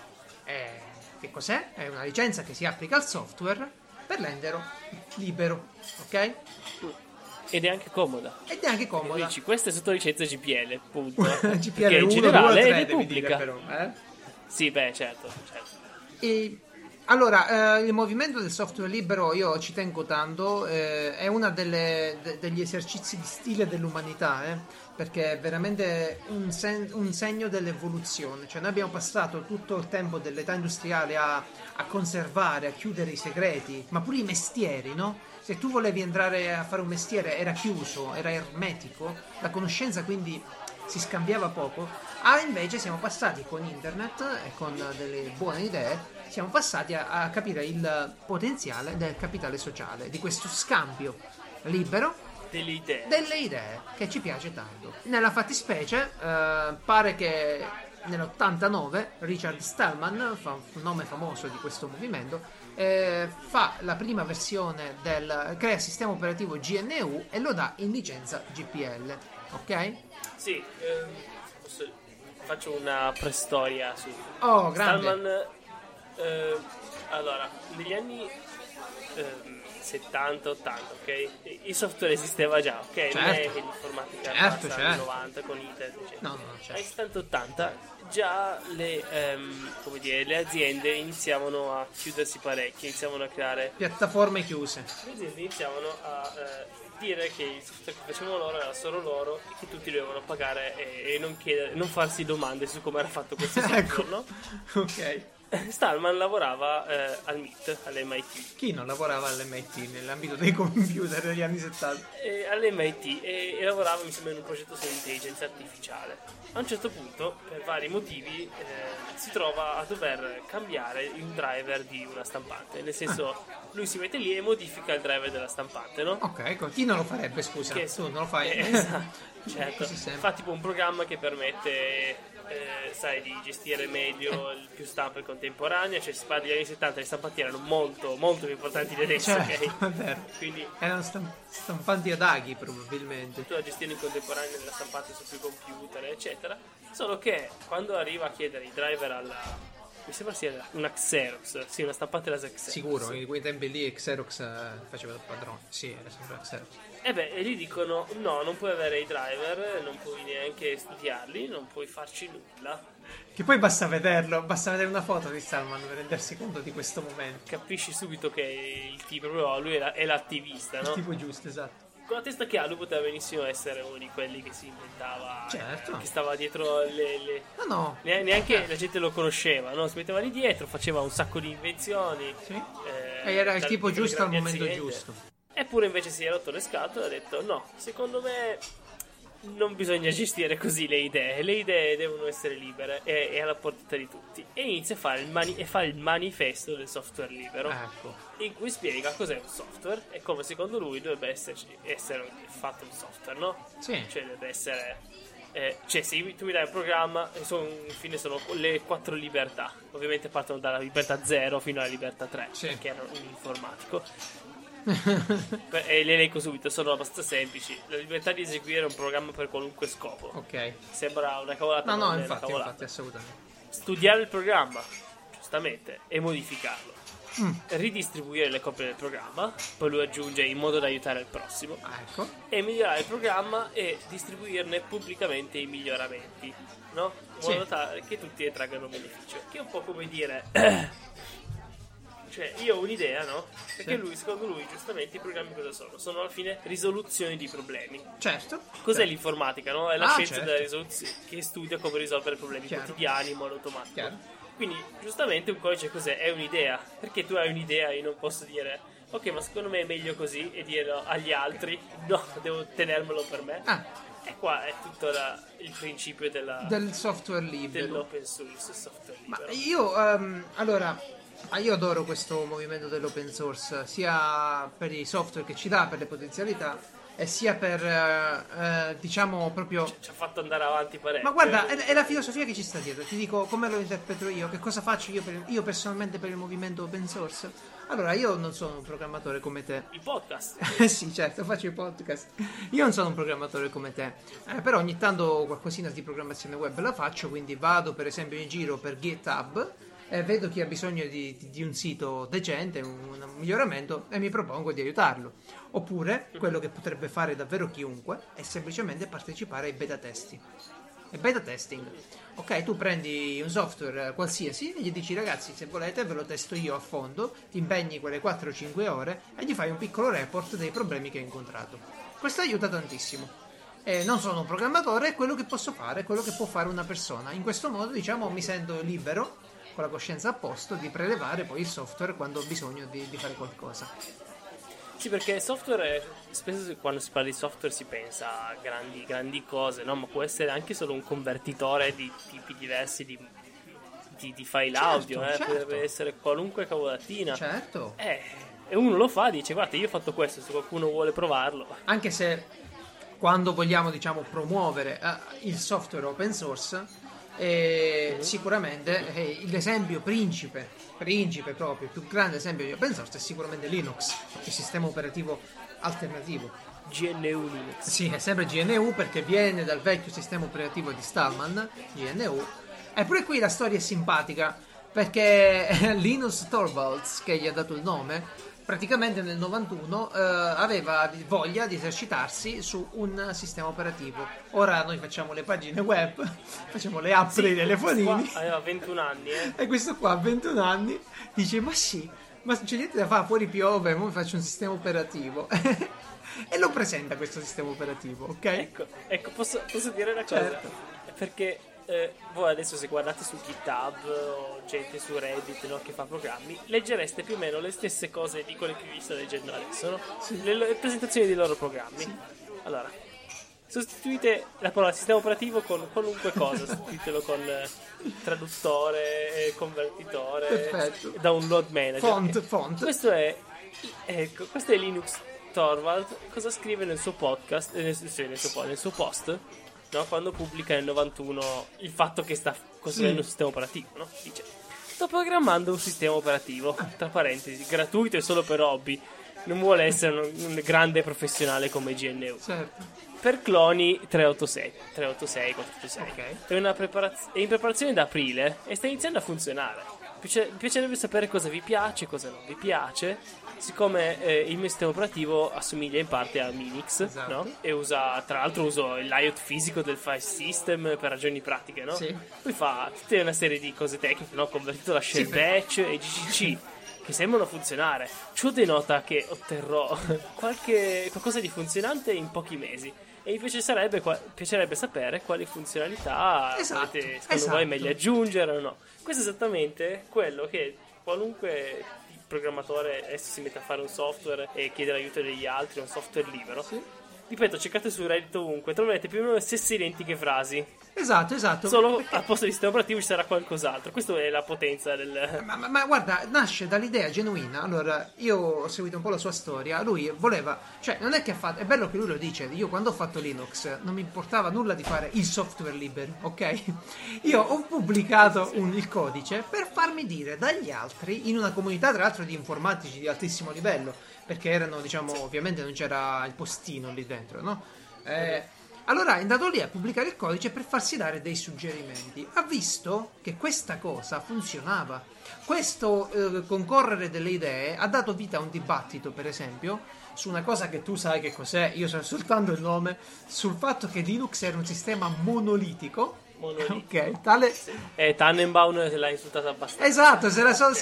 Che cos'è? È una licenza che si applica al software per renderlo libero, ok? Ed è anche comoda. Dici, questa è sotto licenza GPL, punto. GPL Perché 1, in generale 2, 3 è devi dire, pubblica. però, Sì, beh, certo. E allora, il movimento del software libero, io ci tengo tanto, è uno degli esercizi di stile dell'umanità, perché è veramente un segno dell'evoluzione. Cioè, noi abbiamo passato tutto il tempo dell'età industriale a conservare, a chiudere i segreti, ma pure i mestieri, no? Se tu volevi andare a fare un mestiere era chiuso, era ermetico, la conoscenza quindi si scambiava poco. Invece siamo passati con internet e con delle buone idee, siamo passati a capire il potenziale del capitale sociale, di questo scambio libero delle idee che ci piace tanto. Nella fattispecie pare che nell'89 Richard Stallman, un nome famoso di questo movimento, fa la prima versione crea il sistema operativo GNU e lo dà in licenza GPL, ok? Sì, faccio una preistoria su grande. Stallman. Allora, negli anni 70-80, ok? Il software esisteva già, ok? Certo. Non è che l'informatica Certo. nel 90 con internet, eccetera. No, certo. Negli 70-80 già le aziende iniziavano a chiudersi parecchio, iniziavano a creare piattaforme chiuse. Le aziende iniziavano a dire che il software che facevano loro era solo loro e che tutti dovevano pagare e non farsi domande su come era fatto questo software, Ecco. no? Ok. Stallman lavorava al MIT, all'MIT. Chi non lavorava all'MIT nell'ambito dei computer degli anni 70? All'MIT e lavorava, mi sembra, in un progetto sull'intelligenza artificiale. A un certo punto, per vari motivi, si trova a dover cambiare il driver di una stampante. Nel senso, lui si mette lì e modifica il driver della stampante, no? Ok, chi non lo farebbe, scusa? Tu non lo fai? Esatto, certo. Fa tipo un programma che permette... di gestire meglio il più stampe contemporanee. Cioè, si parla degli anni 70, le stampanti erano molto molto più importanti di adesso, certo, ok? È vero. Quindi erano stampanti ad aghi probabilmente. tu la gestione in contemporanea della stampante su più computer, eccetera. Solo che quando arriva a chiedere i driver alla, mi sembra sia una Xerox, sì, una stampante laser Xerox. Sicuro, in quei tempi lì Xerox faceva il padrone. Sì, era sempre Xerox. E gli dicono no, non puoi avere i driver, non puoi neanche studiarli, non puoi farci nulla. Che poi basta vederlo, basta vedere una foto di Stallman per rendersi conto di questo momento. Capisci subito che il tipo, lui è l'attivista, no? Il tipo giusto, esatto. Con la testa che ha, lui poteva benissimo essere uno di quelli che si inventava, certo. Che stava dietro le... No. Neanche la gente lo conosceva, no? Si metteva lì dietro, faceva un sacco di invenzioni. Sì. E era il tipo giusto al momento aziende. Giusto. Eppure invece si è rotto le scatole e ha detto no, secondo me non bisogna gestire così le idee devono essere libere e alla portata di tutti. E inizia a fare il manifesto del software libero, ecco, in cui spiega cos'è un software e come secondo lui dovrebbe essere fatto un software, no? Sì. Cioè deve essere cioè se tu mi dai un programma, infine sono le 4 libertà. Ovviamente partono dalla libertà 0 fino alla libertà 3, sì. Perché era un informatico. E le elenco subito, sono abbastanza semplici. La libertà di eseguire un programma per qualunque scopo. Ok. Sembra una cavolata. No, infatti, assolutamente. Studiare il programma, giustamente, e modificarlo. Ridistribuire le copie del programma, poi lui aggiunge in modo da aiutare il prossimo. Ecco. E migliorare il programma e distribuirne pubblicamente i miglioramenti, no? In modo tale che tutti ne traggano beneficio. Che è un po' come dire cioè io ho un'idea, no? Perché lui, secondo lui, giustamente i programmi cosa sono? Sono alla fine risoluzioni di problemi. Certo. Cos'è l'informatica, no? È la scienza certo. della risoluzione che studia come risolvere problemi quotidiani in modo automatico. Chiaro. Quindi, giustamente, un codice cos'è? È un'idea. Perché tu hai un'idea e io non posso dire ok, ma secondo me è meglio così, e dirlo agli altri, no, devo tenermelo per me. E qua è tutto il principio del software libero, dell'open source, software libero. Ma io io adoro questo movimento dell'open source, sia per i software che ci dà, per le potenzialità, e sia per diciamo proprio ci ha fatto andare avanti parecchio. Ma guarda, è la filosofia che ci sta dietro. Ti dico come lo interpreto io, che cosa faccio io personalmente per il movimento open source. Allora, io non sono un programmatore come te. Il podcast? Sì, certo, faccio i podcast. Io non sono un programmatore come te, però ogni tanto qualcosina di programmazione web la faccio, quindi vado per esempio in giro per GitHub e vedo chi ha bisogno di un sito decente, un miglioramento, e mi propongo di aiutarlo. Oppure, quello che potrebbe fare davvero chiunque è semplicemente partecipare ai beta testi. E beta testing. Ok, tu prendi un software qualsiasi e gli dici: ragazzi, se volete ve lo testo io a fondo, ti impegni quelle 4-5 ore e gli fai un piccolo report dei problemi che hai incontrato. Questo aiuta tantissimo. Non sono un programmatore, è quello che posso fare, è quello che può fare una persona. In questo modo, diciamo, mi sento libero, con la coscienza a posto, di prelevare poi il software quando ho bisogno di fare qualcosa. Sì, perché il software, spesso quando si parla di software si pensa a grandi cose, no? Ma può essere anche solo un convertitore di tipi diversi di file audio, certo. Potrebbe essere qualunque cavolatina. Certo. E uno lo fa, dice: guarda, io ho fatto questo, se qualcuno vuole provarlo. Anche se quando vogliamo, diciamo, promuovere il software open source, sicuramente l'esempio principe proprio, il più grande esempio di open source è sicuramente Linux, il sistema operativo alternativo. GNU Linux. Sì, è sempre GNU perché viene dal vecchio sistema operativo di Stallman, GNU. E pure qui la storia è simpatica, perché Linus Torvalds, che gli ha dato il nome, praticamente nel 91 aveva voglia di esercitarsi su un sistema operativo. Ora noi facciamo le pagine web, facciamo le app dei telefonini. Aveva 21 anni, E questo qua a 21 anni dice: ma sì, ma c'è niente da fare, fuori piove, ora faccio un sistema operativo. E lo presenta questo sistema operativo, ok? Ecco, posso dire una cosa? Certo. Perché voi adesso, se guardate su GitHub o gente su Reddit, no, che fa programmi, leggereste più o meno le stesse cose di quelle che vi sto leggendo adesso, no? Sì. Le presentazioni dei loro programmi. Sì. Allora, sostituite la parola sistema operativo con qualunque cosa, sostituitelo con traduttore, convertitore, Perfetto. download manager. Font. Questo è Linux Torvald. Cosa scrive nel suo podcast, nel suo post, no? Quando pubblica nel 91 il fatto che sta costruendo un sistema operativo, no? Dice: sto programmando un sistema operativo, tra parentesi, gratuito e solo per hobby, non vuole essere un grande professionale come GNU. Certo. Per cloni 386, 486. Ok. È in preparazione da aprile e sta iniziando a funzionare. Mi piacerebbe sapere cosa vi piace, cosa non vi piace. Siccome il mio sistema operativo assomiglia in parte a Minix, esatto, no? E tra l'altro uso il layout fisico del file system per ragioni pratiche, no? Sì. Poi fa tutta una serie di cose tecniche, no? Convertito da shell batch e GCC che sembrano funzionare. Ciò denota che otterrò qualcosa di funzionante in pochi mesi. E mi piacerebbe sapere quali funzionalità secondo voi è meglio aggiungere o no. Questo è esattamente quello che qualunque programmatore adesso si mette a fare un software e chiede l'aiuto degli altri, un software libero. Sì. Ripeto, cercate su Reddit ovunque, troverete più o meno le stesse identiche frasi. Esatto. Solo perché al posto di sistema operativo ci sarà qualcos'altro. Questa è la potenza del... Ma guarda, nasce dall'idea genuina. Allora, io ho seguito un po' la sua storia. Lui voleva, cioè, non è che ha fatto, è bello che lui lo dice. Io quando ho fatto Linux non mi importava nulla di fare il software libero, ok? Io ho pubblicato il codice per farmi dire dagli altri, in una comunità tra l'altro di informatici di altissimo livello, perché erano, diciamo, ovviamente non c'era il postino lì dentro, no? Allora è andato lì a pubblicare il codice per farsi dare dei suggerimenti. Ha visto che questa cosa funzionava. Questo concorrere delle idee ha dato vita a un dibattito, per esempio, su una cosa che tu sai che cos'è, io so soltanto il nome, sul fatto che Linux era un sistema monolitico. Ok, tale. Tannenbaum l'ha insultata abbastanza. Esatto,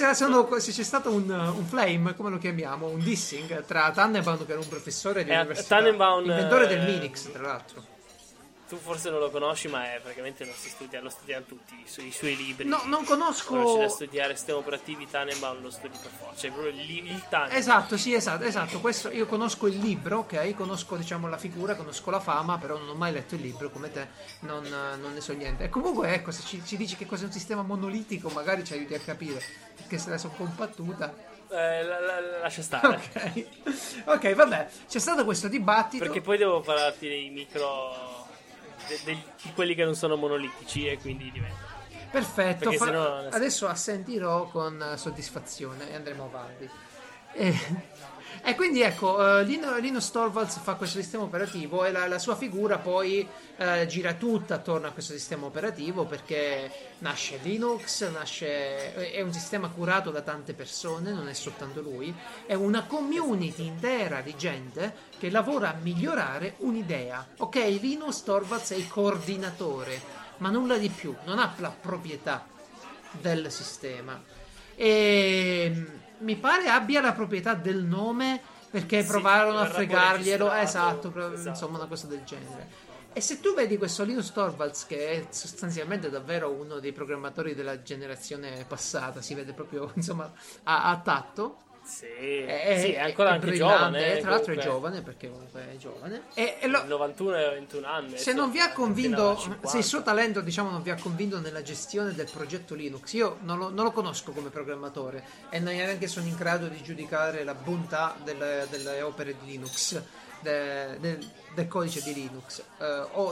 se c'è stato un flame, come lo chiamiamo, un dissing tra Tannenbaum, che era un professore di università, Tannenbaum, inventore del Minix, tra l'altro. Tu forse non lo conosci, ma è praticamente lo studiano tutti i suoi libri. No, non conosco. Quando c'è da studiare sistemi operativi Tannenbaum lo studi per forza. È proprio il Tannenbaum. Esatto, sì, esatto. Questo, io conosco il libro, ok? Conosco, diciamo, la figura, conosco la fama, però non ho mai letto il libro, come te, non ne so niente. E comunque, ecco, se ci dici che cos'è un sistema monolitico, magari ci aiuti a capire, perché se la sono un po' imbattuta. Lascia stare. Ok, vabbè, c'è stato questo dibattito. Perché poi devo parlarti dei micro... di quelli che non sono monolitici e quindi diventa. Perfetto, adesso assentirò con soddisfazione e andremo avanti. E quindi ecco, Linus Torvalds fa questo sistema operativo e la sua figura poi gira tutta attorno a questo sistema operativo, perché nasce Linux, è un sistema curato da tante persone, non è soltanto lui, è una community intera di gente che lavora a migliorare un'idea. Ok, Linus Torvalds è il coordinatore, ma nulla di più, non ha la proprietà del sistema. E mi pare abbia la proprietà del nome, perché provarono a fregarglielo, esatto, insomma una cosa del genere. E se tu vedi questo Linus Torvalds, che è sostanzialmente davvero uno dei programmatori della generazione passata, si vede proprio, insomma, a tatto. Sì, è ancora anche giovane. Tra l'altro è giovane, perché comunque è giovane. Il 91 e 21 anni. Se non vi ha convinto, se il suo talento, diciamo, non vi ha convinto nella gestione del progetto Linux, io non lo conosco come programmatore e neanche sono in grado di giudicare la bontà delle opere di Linux, del codice di Linux, o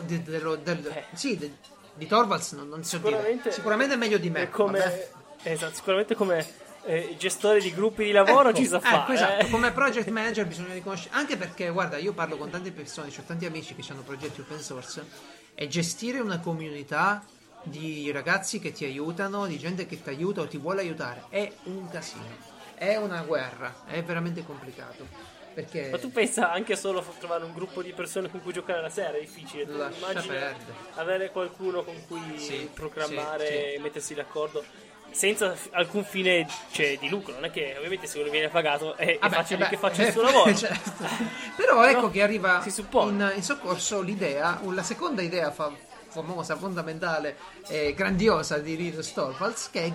di Torvalds, non so dire. Sicuramente è meglio di me. Sicuramente come gestore di gruppi di lavoro ci sa fare. Esatto, come project manager bisogna riconoscere, anche perché guarda, io parlo con tante persone, ho tanti amici che hanno progetti open source, e gestire una comunità di ragazzi che ti aiutano, di gente che ti aiuta o ti vuole aiutare, è un casino, è una guerra, è veramente complicato. Perché... Ma tu pensa anche solo a trovare un gruppo di persone con cui giocare la sera, è difficile. Immagina avere qualcuno con cui programmare e mettersi d'accordo senza alcun fine, cioè, di lucro. Non è che ovviamente se uno viene pagato è facile che faccia il suo lavoro. Certo. Però ecco che arriva in soccorso l'idea, la seconda idea famosa, fondamentale e grandiosa di Linus Torvalds, che è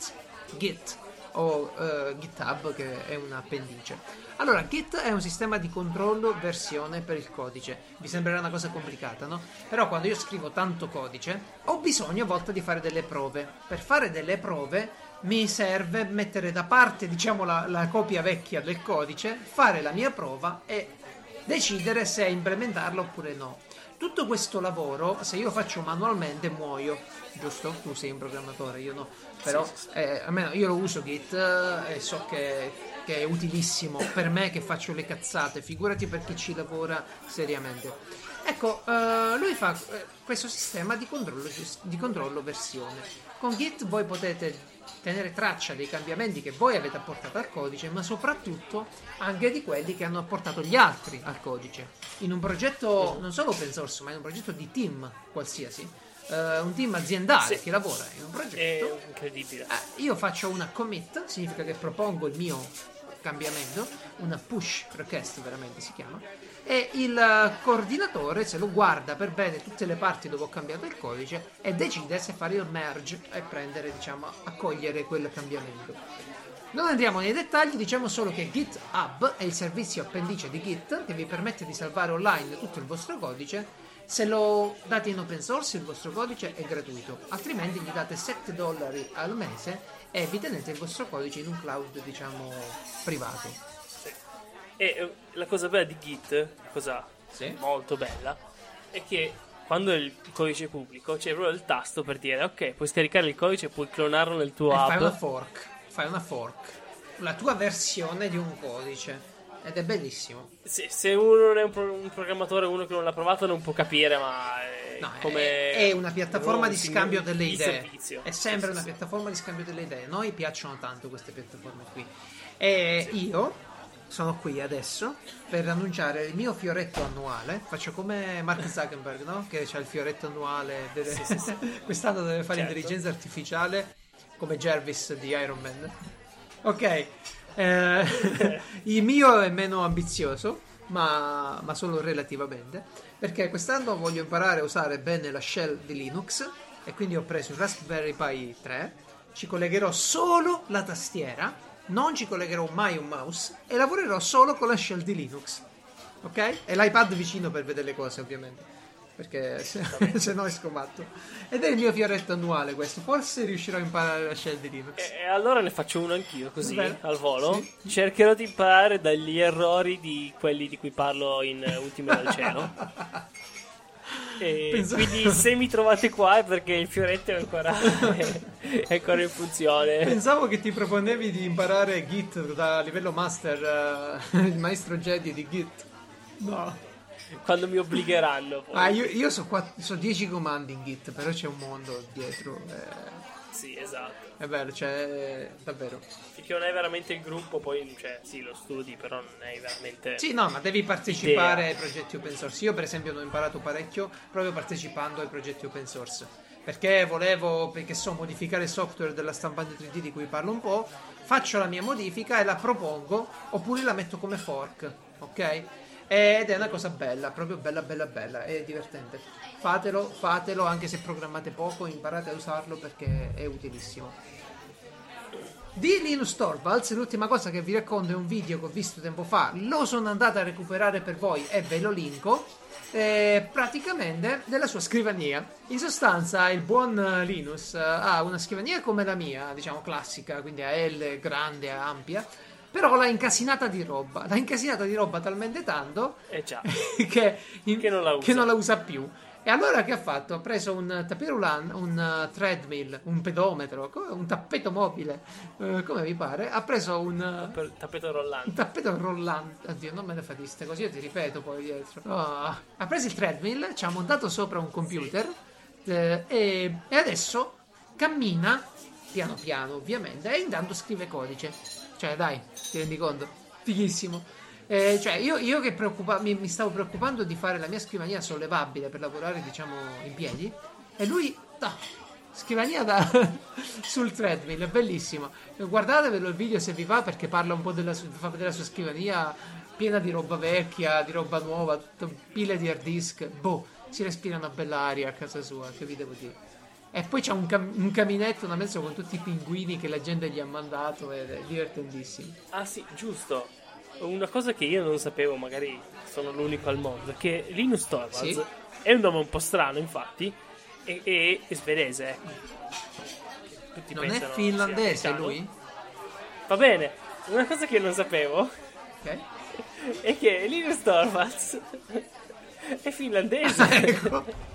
Git o GitHub, che è un appendice. Allora, Git è un sistema di controllo versione per il codice. Vi sembrerà una cosa complicata, no? Però quando io scrivo tanto codice ho bisogno a volte di fare delle prove. Per fare delle prove mi serve mettere da parte, diciamo, la copia vecchia del codice, fare la mia prova e decidere se implementarla oppure no. Tutto questo lavoro, se io lo faccio manualmente, muoio, giusto? Tu sei un programmatore, io no. Però almeno io lo uso Git e so che è utilissimo per me che faccio le cazzate, figurati per chi ci lavora seriamente. Ecco, lui fa questo sistema di controllo versione. Con Git voi potete tenere traccia dei cambiamenti che voi avete apportato al codice, ma soprattutto anche di quelli che hanno apportato gli altri al codice. In un progetto non solo open source, ma in un progetto di team qualsiasi, un team aziendale che lavora in un progetto. È incredibile. Io faccio una commit, significa che propongo il mio cambiamento, una push request veramente si chiama, e il coordinatore se lo guarda per bene tutte le parti dove ho cambiato il codice e decide se fare il merge e prendere, diciamo, accogliere quel cambiamento. Non andiamo nei dettagli, diciamo solo che GitHub è il servizio appendice di Git che vi permette di salvare online tutto il vostro codice. Se lo date in open source il vostro codice è gratuito, altrimenti gli date $7 al mese e vi tenete il vostro codice in un cloud, diciamo, privato. Sì. E la cosa bella di Git, cosa molto bella, è che quando il codice è pubblico c'è proprio il tasto per dire ok, puoi scaricare il codice e puoi clonarlo nel tuo app. Fai una fork, la tua versione di un codice. Ed è bellissimo. Se uno non è un programmatore, uno che non l'ha provato, non può capire, ma è una piattaforma di scambio delle idee. Servizio. È sempre una piattaforma di scambio delle idee. A noi piacciono tanto queste piattaforme qui. E io sono qui adesso per annunciare il mio fioretto annuale. Faccio come Mark Zuckerberg, no? Che c'ha il fioretto annuale. Quest'anno deve fare intelligenza artificiale come Jarvis di Iron Man. Ok. Il mio è meno ambizioso, ma solo relativamente, perché quest'anno voglio imparare a usare bene la shell di Linux e quindi ho preso il Raspberry Pi 3, ci collegherò solo la tastiera, non ci collegherò mai un mouse e lavorerò solo con la shell di Linux, ok? E l'iPad vicino per vedere le cose, ovviamente, perché se no è scomatto. Ed è il mio fioretto annuale questo, forse riuscirò a imparare la shell di Linux. E allora ne faccio uno anch'io, così, Beh, al volo. sì. Cercherò di imparare dagli errori di quelli di cui parlo in Ultime dal Cielo. E quindi se mi trovate qua è perché il fioretto è ancora in funzione. Pensavo che ti proponevi di imparare Git da livello master, il maestro Jedi di Git. No. Quando mi obbligheranno poi. Io so 10 comandi in Git, però c'è un mondo dietro. Sì, esatto. È bello, cioè, davvero. Finché non è veramente il gruppo, poi, cioè, sì, lo studi, però non è veramente... Sì, no, ma devi partecipare idea. ai progetti open source. Io, per esempio, ne ho imparato parecchio proprio partecipando ai progetti open source. Perché volevo, perché so, modificare il software della stampante 3D di cui parlo un po', faccio la mia modifica e la propongo, oppure la metto come fork, ok? Ed è una cosa bella, proprio bella, bella, bella, è divertente. Fatelo, anche se programmate poco, imparate a usarlo perché è utilissimo. Di Linus Torvalds, l'ultima cosa che vi racconto è un video che ho visto tempo fa, lo sono andato a recuperare per voi e ve lo linko, praticamente della sua scrivania. In sostanza il buon Linus ha una scrivania come la mia, diciamo classica, quindi a L, grande, ampia, però l'ha incasinata di roba talmente tanto Già. che che non la usa. non la usa più. E allora che ha fatto? Ha preso un tapirulan, un treadmill, un pedometro, un tappeto mobile, come vi pare. Ha preso un Tappeto rollante. un tappeto rollante. Oddio, non me ne fate queste cose, io ti ripeto poi dietro. Oh. Ha preso il treadmill, ci ha montato sopra un computer e adesso cammina piano piano, ovviamente, e intanto scrive codice. Cioè, dai, ti rendi conto? Fighissimo. Cioè, io che mi stavo preoccupando di fare la mia scrivania sollevabile per lavorare, diciamo, in piedi, e lui, scrivania sul treadmill, è bellissimo. Guardatevelo il video se vi va, perché parla un po' fa vedere la sua scrivania piena di roba vecchia, di roba nuova, pile di hard disk. Boh, si respira una bella aria a casa sua, che vi devo dire. E poi c'è un caminetto da mezzo con tutti i pinguini che la gente gli ha mandato, ed è divertentissimo. Ah sì, giusto. Una cosa che io non sapevo, magari sono l'unico al mondo, è che Linus Torvalds Sì. è un nome un po' strano, infatti, e è svedese, ecco. Tutti Non è pensano finlandese sia americano. lui? Va bene, una cosa che io non sapevo Ok. è che Linus Torvalds è finlandese. Ecco.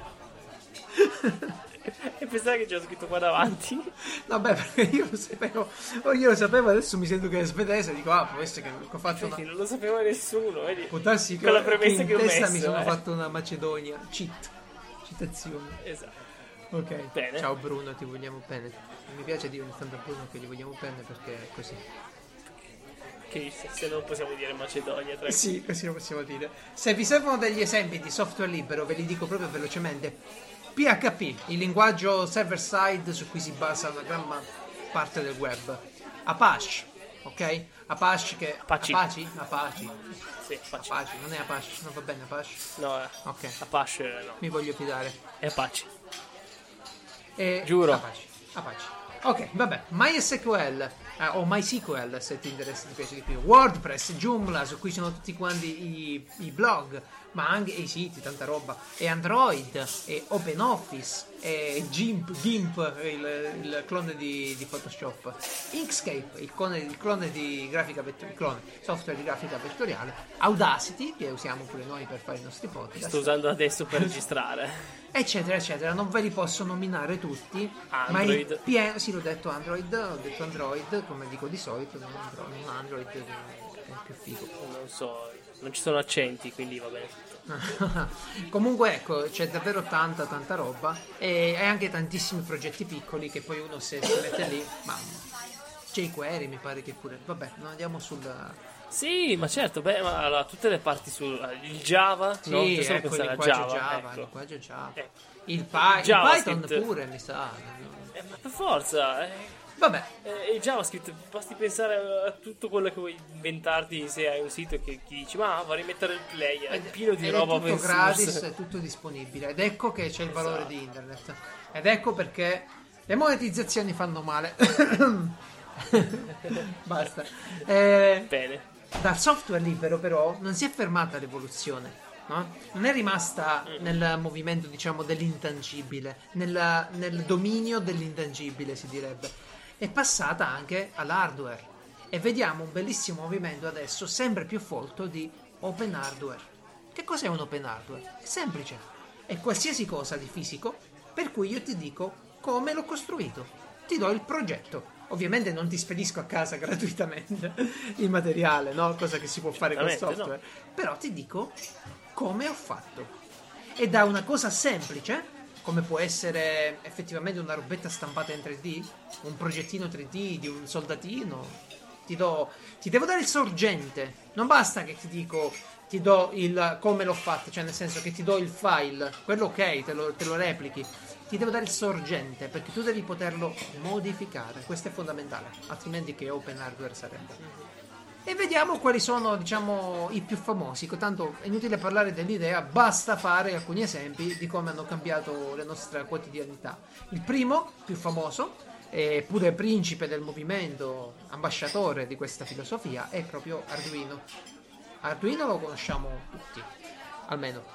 E pensare che c'era scritto qua davanti. Vabbè, perché io lo sapevo, adesso mi sento che è svedese, dico, può essere che ho fatto Infatti, non lo sapeva nessuno, vedi? può darsi che, Con la che premessa in che ho testa messo, mi sono fatto una Macedonia, citazione. Esatto. Ok, Bene. ciao Bruno, ti vogliamo bene. Mi piace dire ogni tanto a Bruno che gli vogliamo bene perché è così. Che se non possiamo dire Macedonia, tranquillo. Sì, così lo possiamo dire. Se vi servono degli esempi di software libero, ve li dico proprio velocemente. PHP, il linguaggio server-side su cui si basa una gran parte del web. Apache, ok? Apache che... Apache. Apache. Sì, Apache. Apache, non è Apache, non va bene Apache. No, Ok, Apache no. mi voglio fidare. È Apache. Giuro. Apache. Ok, vabbè. MySQL o MySQL se ti interessa, ti piace di più. WordPress, Joomla, su cui sono tutti quanti i blog, ma anche i siti, tanta roba. E Android, e OpenOffice, e GIMP, il clone di Photoshop. Inkscape, il clone di grafica vettoriale, software di grafica vettoriale. Audacity, che usiamo pure noi per fare i nostri podcast. Sto usando adesso per registrare. Eccetera eccetera, non ve li posso nominare tutti. Android. Ma sì, l'ho detto Android come dico di solito, non Android che è più figo. Non so, non ci sono accenti, quindi va bene tutto. Comunque ecco, c'è davvero tanta roba e anche tantissimi progetti piccoli che poi uno se si mette lì, ma jQuery mi pare che pure, vabbè, non andiamo sul... Sì, ma certo, beh, ma allora, tutte le parti il Java, Sì, no? Io solo ecco, il pensare a linguaggio Java, Java, ecco. il linguaggio Java. Ecco. Il Python JavaScript. pure mi sa. Ma per forza, Vabbè, E JavaScript, basti pensare a tutto quello che vuoi inventarti se hai un sito che ti dici ma vorrei mettere il player, è pieno di ed roba è tutto open source. gratis, è tutto disponibile. Ed ecco che c'è il valore di internet. Ed ecco perché le monetizzazioni fanno male. Basta. Bene. Dal software libero però non si è fermata l'evoluzione, no? Non è rimasta nel movimento, diciamo, dell'intangibile, nel dominio dell'intangibile, si direbbe. È passata anche all'hardware e vediamo un bellissimo movimento adesso sempre più folto di open hardware. Che cos'è un open hardware? È semplice, è qualsiasi cosa di fisico per cui io ti dico come l'ho costruito, ti do il progetto. Ovviamente non ti spedisco a casa gratuitamente il materiale, no? Cosa che si può fare con il software. No. Però ti dico come ho fatto. E da una cosa semplice, come può essere effettivamente una robetta stampata in 3D, un progettino 3D di un soldatino, ti devo dare il sorgente. Non basta che ti dico, ti do il come l'ho fatto, cioè nel senso che ti do il file, quello ok, te lo replichi. Ti devo dare il sorgente perché tu devi poterlo modificare, questo è fondamentale, altrimenti che open hardware sarebbe. E vediamo quali sono, diciamo, i più famosi. Tanto è inutile parlare dell'idea, basta fare alcuni esempi di come hanno cambiato la nostra quotidianità. Il primo, più famoso, e pure principe del movimento, ambasciatore di questa filosofia, è proprio Arduino. Arduino lo conosciamo tutti, almeno.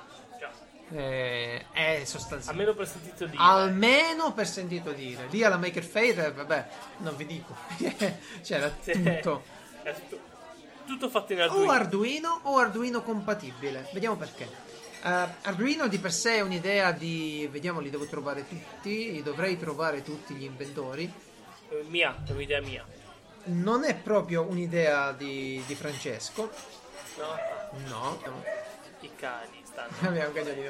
È sostanzialmente Almeno per sentito dire. Almeno per sentito dire. Lì alla Maker Faire, vabbè, non vi dico. C'era tutto. Tutto fatto in Arduino. O Arduino compatibile. Vediamo perché. Arduino di per sé è un'idea di... Vediamo, li devo trovare tutti. Li dovrei trovare tutti gli inventori. È un'idea mia. Non è proprio un'idea di Francesco. No. I cani stanno. Abbiamo un cagnolino.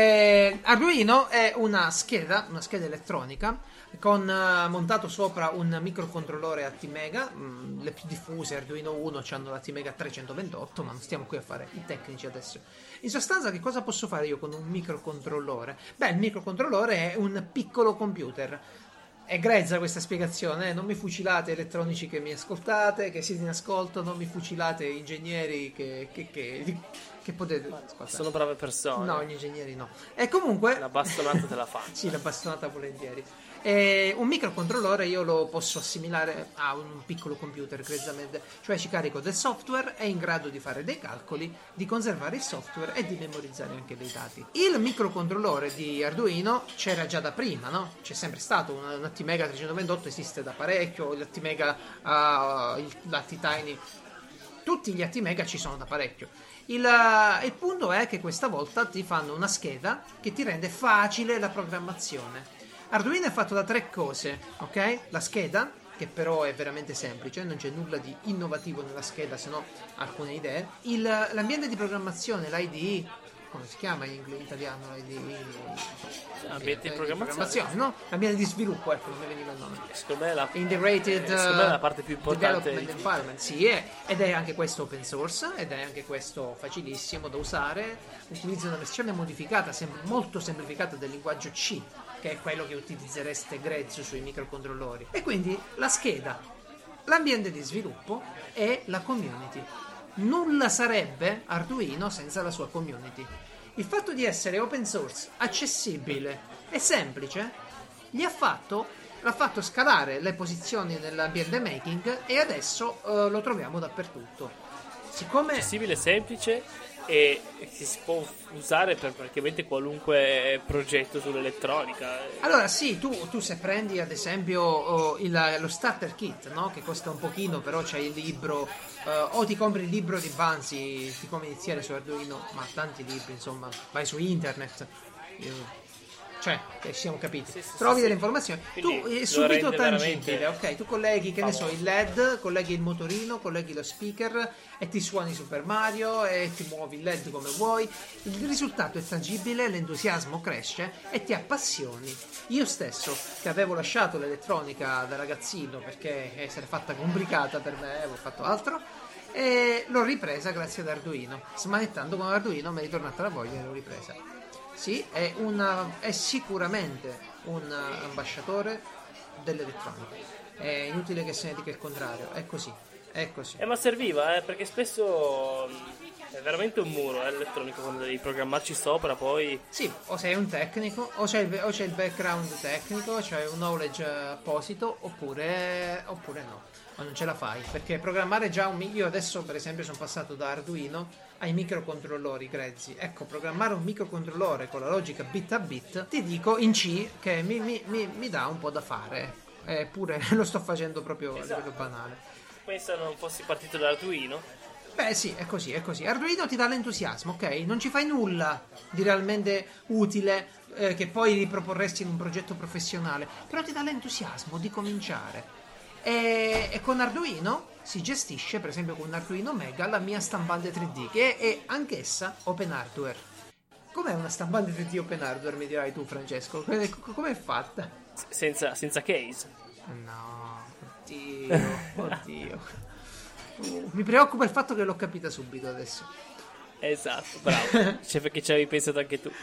Arduino è una scheda elettronica con montato sopra un microcontrollore ATmega. Le più diffuse Arduino 1 hanno l'ATmega 328, ma non stiamo qui a fare i tecnici adesso. In sostanza, che cosa posso fare io con un microcontrollore? Beh, il microcontrollore è un piccolo computer. È grezza questa spiegazione, non mi fucilate elettronici che mi ascoltate, che siete in ascolto, non mi fucilate ingegneri che potete... Sono brave persone. No, gli ingegneri no. E comunque... La bastonata te la fa. Sì, la bastonata volentieri. Un microcontrollore io lo posso assimilare a un piccolo computer grezzamente, cioè ci carico del software, è in grado di fare dei calcoli, di conservare il software e di memorizzare anche dei dati. Il microcontrollore di Arduino c'era già da prima, no? C'è sempre stato un ATmega 328, esiste da parecchio, l'ATmega, l'ATtiny, tutti gli ATmega ci sono da parecchio. Il punto è che questa volta ti fanno una scheda che ti rende facile la programmazione. Arduino è fatto da 3 cose, ok? La scheda, che però è veramente semplice, non c'è nulla di innovativo nella scheda, se no alcune idee. L'ambiente di programmazione, l'IDE, come si chiama in italiano l'IDE? Ambiente di programmazione, no? L'ambiente di sviluppo, ecco, non mi veniva il nome. Secondo me è la parte più importante. Development environment, sì, ed è anche questo open source, ed è anche questo facilissimo da usare. Utilizza una versione modificata, molto semplificata del linguaggio C, che è quello che utilizzereste grezzo sui microcontrollori. E quindi la scheda, l'ambiente di sviluppo e la community. Nulla sarebbe Arduino senza la sua community. Il fatto di essere open source, accessibile e semplice, l'ha fatto scalare le posizioni nell'ambiente making e adesso lo troviamo dappertutto. Siccome accessibile, semplice e si può usare per praticamente qualunque progetto sull'elettronica. Allora sì, tu se prendi ad esempio lo starter kit, no? Che costa un pochino, però c'è il libro, o ti compri il libro di Banzi di come iniziare su Arduino, ma tanti libri, insomma, vai su internet, cioè, che siamo capiti, trovi delle informazioni. Quindi tu è subito tangibile, veramente... ok? Tu colleghi, che ne so, il LED, colleghi il motorino, colleghi lo speaker e ti suoni Super Mario e ti muovi il LED come vuoi. Il risultato è tangibile, l'entusiasmo cresce e ti appassioni. Io stesso, che avevo lasciato l'elettronica da ragazzino perché si era fatta complicata per me, avevo fatto altro, e l'ho ripresa grazie ad Arduino. Smanettando con Arduino mi è ritornata la voglia e l'ho ripresa. Sì, è sicuramente un ambasciatore dell'elettronica. è inutile che se ne dica il contrario, è così, è così. Ma serviva, perché spesso è veramente un muro elettronico quando devi programmarci sopra, poi... Sì, o sei un tecnico, o c'è il background tecnico, c'è un knowledge apposito, oppure no, ma non ce la fai, perché programmare già io adesso per esempio sono passato da Arduino ai microcontrollori grezzi. Ecco, programmare un microcontrollore con la logica bit a bit, ti dico in C che mi dà un po' da fare, eppure lo sto facendo proprio a livello banale. Pensa non fossi partito da Arduino. Beh sì, è così, è così. Arduino ti dà l'entusiasmo, ok? Non ci fai nulla di realmente utile che poi riproporresti in un progetto professionale, però ti dà l'entusiasmo di cominciare. E con Arduino si gestisce, per esempio con un Arduino Mega, la mia stampante 3D, che è anch'essa open hardware. Com'è una stampante 3D open hardware, mi dirai tu, Francesco? Com'è fatta? Senza case. No, oddio. Mi preoccupa il fatto che l'ho capita subito adesso. Esatto, bravo. Cioè, perché ci avevi pensato anche tu.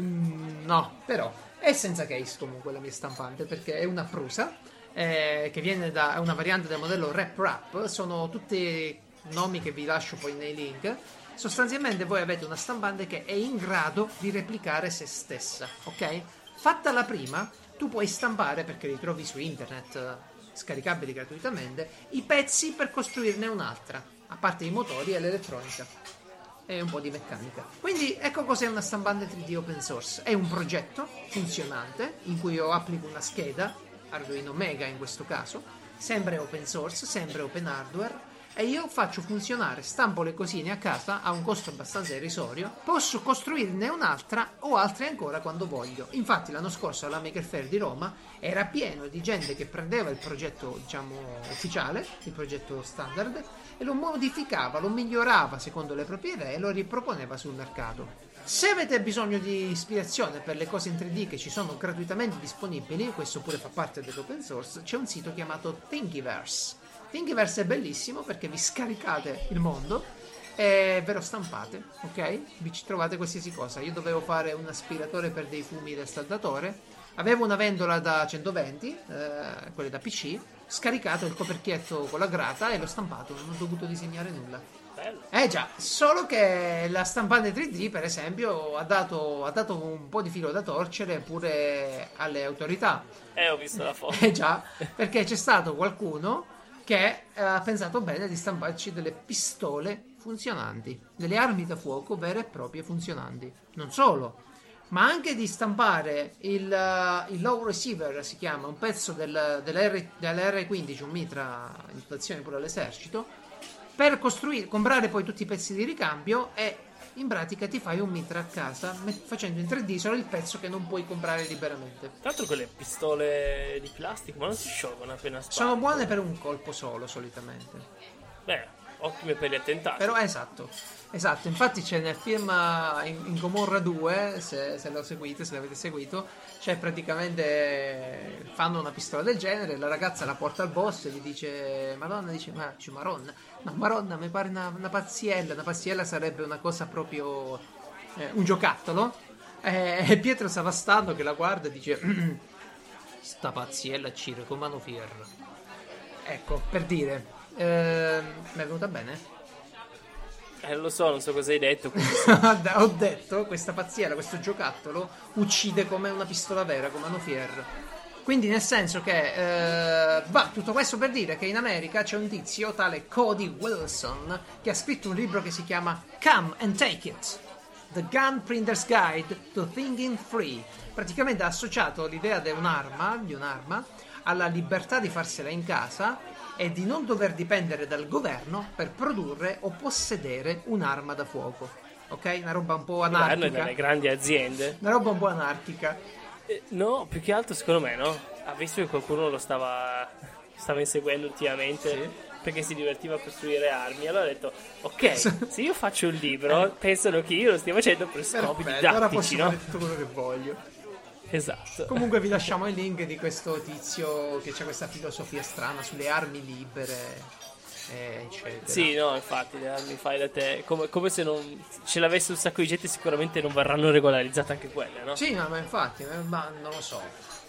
No, però è senza case comunque la mia stampante, perché è una Prusa che viene da una variante del modello RepRap. Sono tutti nomi che vi lascio poi nei link. Sostanzialmente voi avete una stampante che è in grado di replicare se stessa, ok? Fatta la prima, tu puoi stampare, perché li trovi su internet scaricabili gratuitamente, i pezzi per costruirne un'altra, a parte i motori e l'elettronica e un po' di meccanica. Quindi ecco cos'è una stampante 3D open source. È un progetto funzionante in cui io applico una scheda Arduino Mega in questo caso, sempre open source, sempre open hardware, e io faccio funzionare, stampo le cosine a casa a un costo abbastanza irrisorio, posso costruirne un'altra o altre ancora quando voglio. Infatti l'anno scorso alla Maker Faire di Roma era pieno di gente che prendeva il progetto, diciamo, ufficiale, il progetto standard, e lo modificava, lo migliorava secondo le proprie idee e lo riproponeva sul mercato. Se avete bisogno di ispirazione per le cose in 3D che ci sono gratuitamente disponibili, questo pure fa parte dell'open source, c'è un sito chiamato Thingiverse. Thingiverse è bellissimo perché vi scaricate il mondo e ve lo stampate, ok? Vi ci trovate qualsiasi cosa. Io dovevo fare un aspiratore per dei fumi del saldatore, avevo una ventola da 120, quelle da PC, scaricato il coperchietto con la grata e l'ho stampato, non ho dovuto disegnare nulla. Già, solo che la stampante 3D per esempio ha dato un po' di filo da torcere pure alle autorità. Ho visto la foto. Già, perché c'è stato qualcuno che ha pensato bene di stamparci delle pistole funzionanti, delle armi da fuoco vere e proprie funzionanti. Non solo, ma anche di stampare il low receiver, si chiama, un pezzo dell'R15, un mitra in dotazione pure all'esercito, per comprare poi tutti i pezzi di ricambio, e in pratica ti fai un mitra a casa facendo in 3D solo il pezzo che non puoi comprare liberamente. Tra l'altro quelle pistole di plastica, ma non si sciolgono appena sparano. Sono buone per un colpo solo solitamente. Beh, ottime per gli attentati. Però esatto, infatti c'è nel film in Gomorra 2, se lo seguite, se l'avete seguito, c'è praticamente, fanno una pistola del genere, la ragazza la porta al boss e gli dice Madonna, Maronna, mi pare una pazziella sarebbe una cosa proprio un giocattolo, e Pietro Savastano che la guarda e dice sta pazziella ci raccomando fierro. Ecco, per dire, mi è venuta bene? Lo so, non so cosa hai detto. Ho detto, questa pazziera, questo giocattolo uccide come una pistola vera, come una fier. Quindi nel senso che tutto questo per dire che in America c'è un tizio tale Cody Wilson che ha scritto un libro che si chiama Come and Take It, The Gun Printer's Guide to Thinking Free. Praticamente ha associato l'idea di un'arma alla libertà di farsela in casa e di non dover dipendere dal governo per produrre o possedere un'arma da fuoco. Ok? Una roba un po' anarchica. Delle grandi aziende. Una roba un po' anarchica. No, più che altro secondo me, no? Ha visto che qualcuno lo stava inseguendo ultimamente, sì, perché si divertiva a costruire armi. Allora ha detto, ok, se io faccio un libro, pensano che io lo stia facendo per scopi didattici, allora posso no? fare tutto quello che voglio. Esatto. Comunque vi lasciamo il link di questo tizio che c'ha questa filosofia strana sulle armi libere, eccetera. Sì, no, infatti le armi fai da te, come se non ce l'avesse un sacco di gente, sicuramente non verranno regolarizzate anche quelle, no? Sì, no, ma infatti, ma non lo so.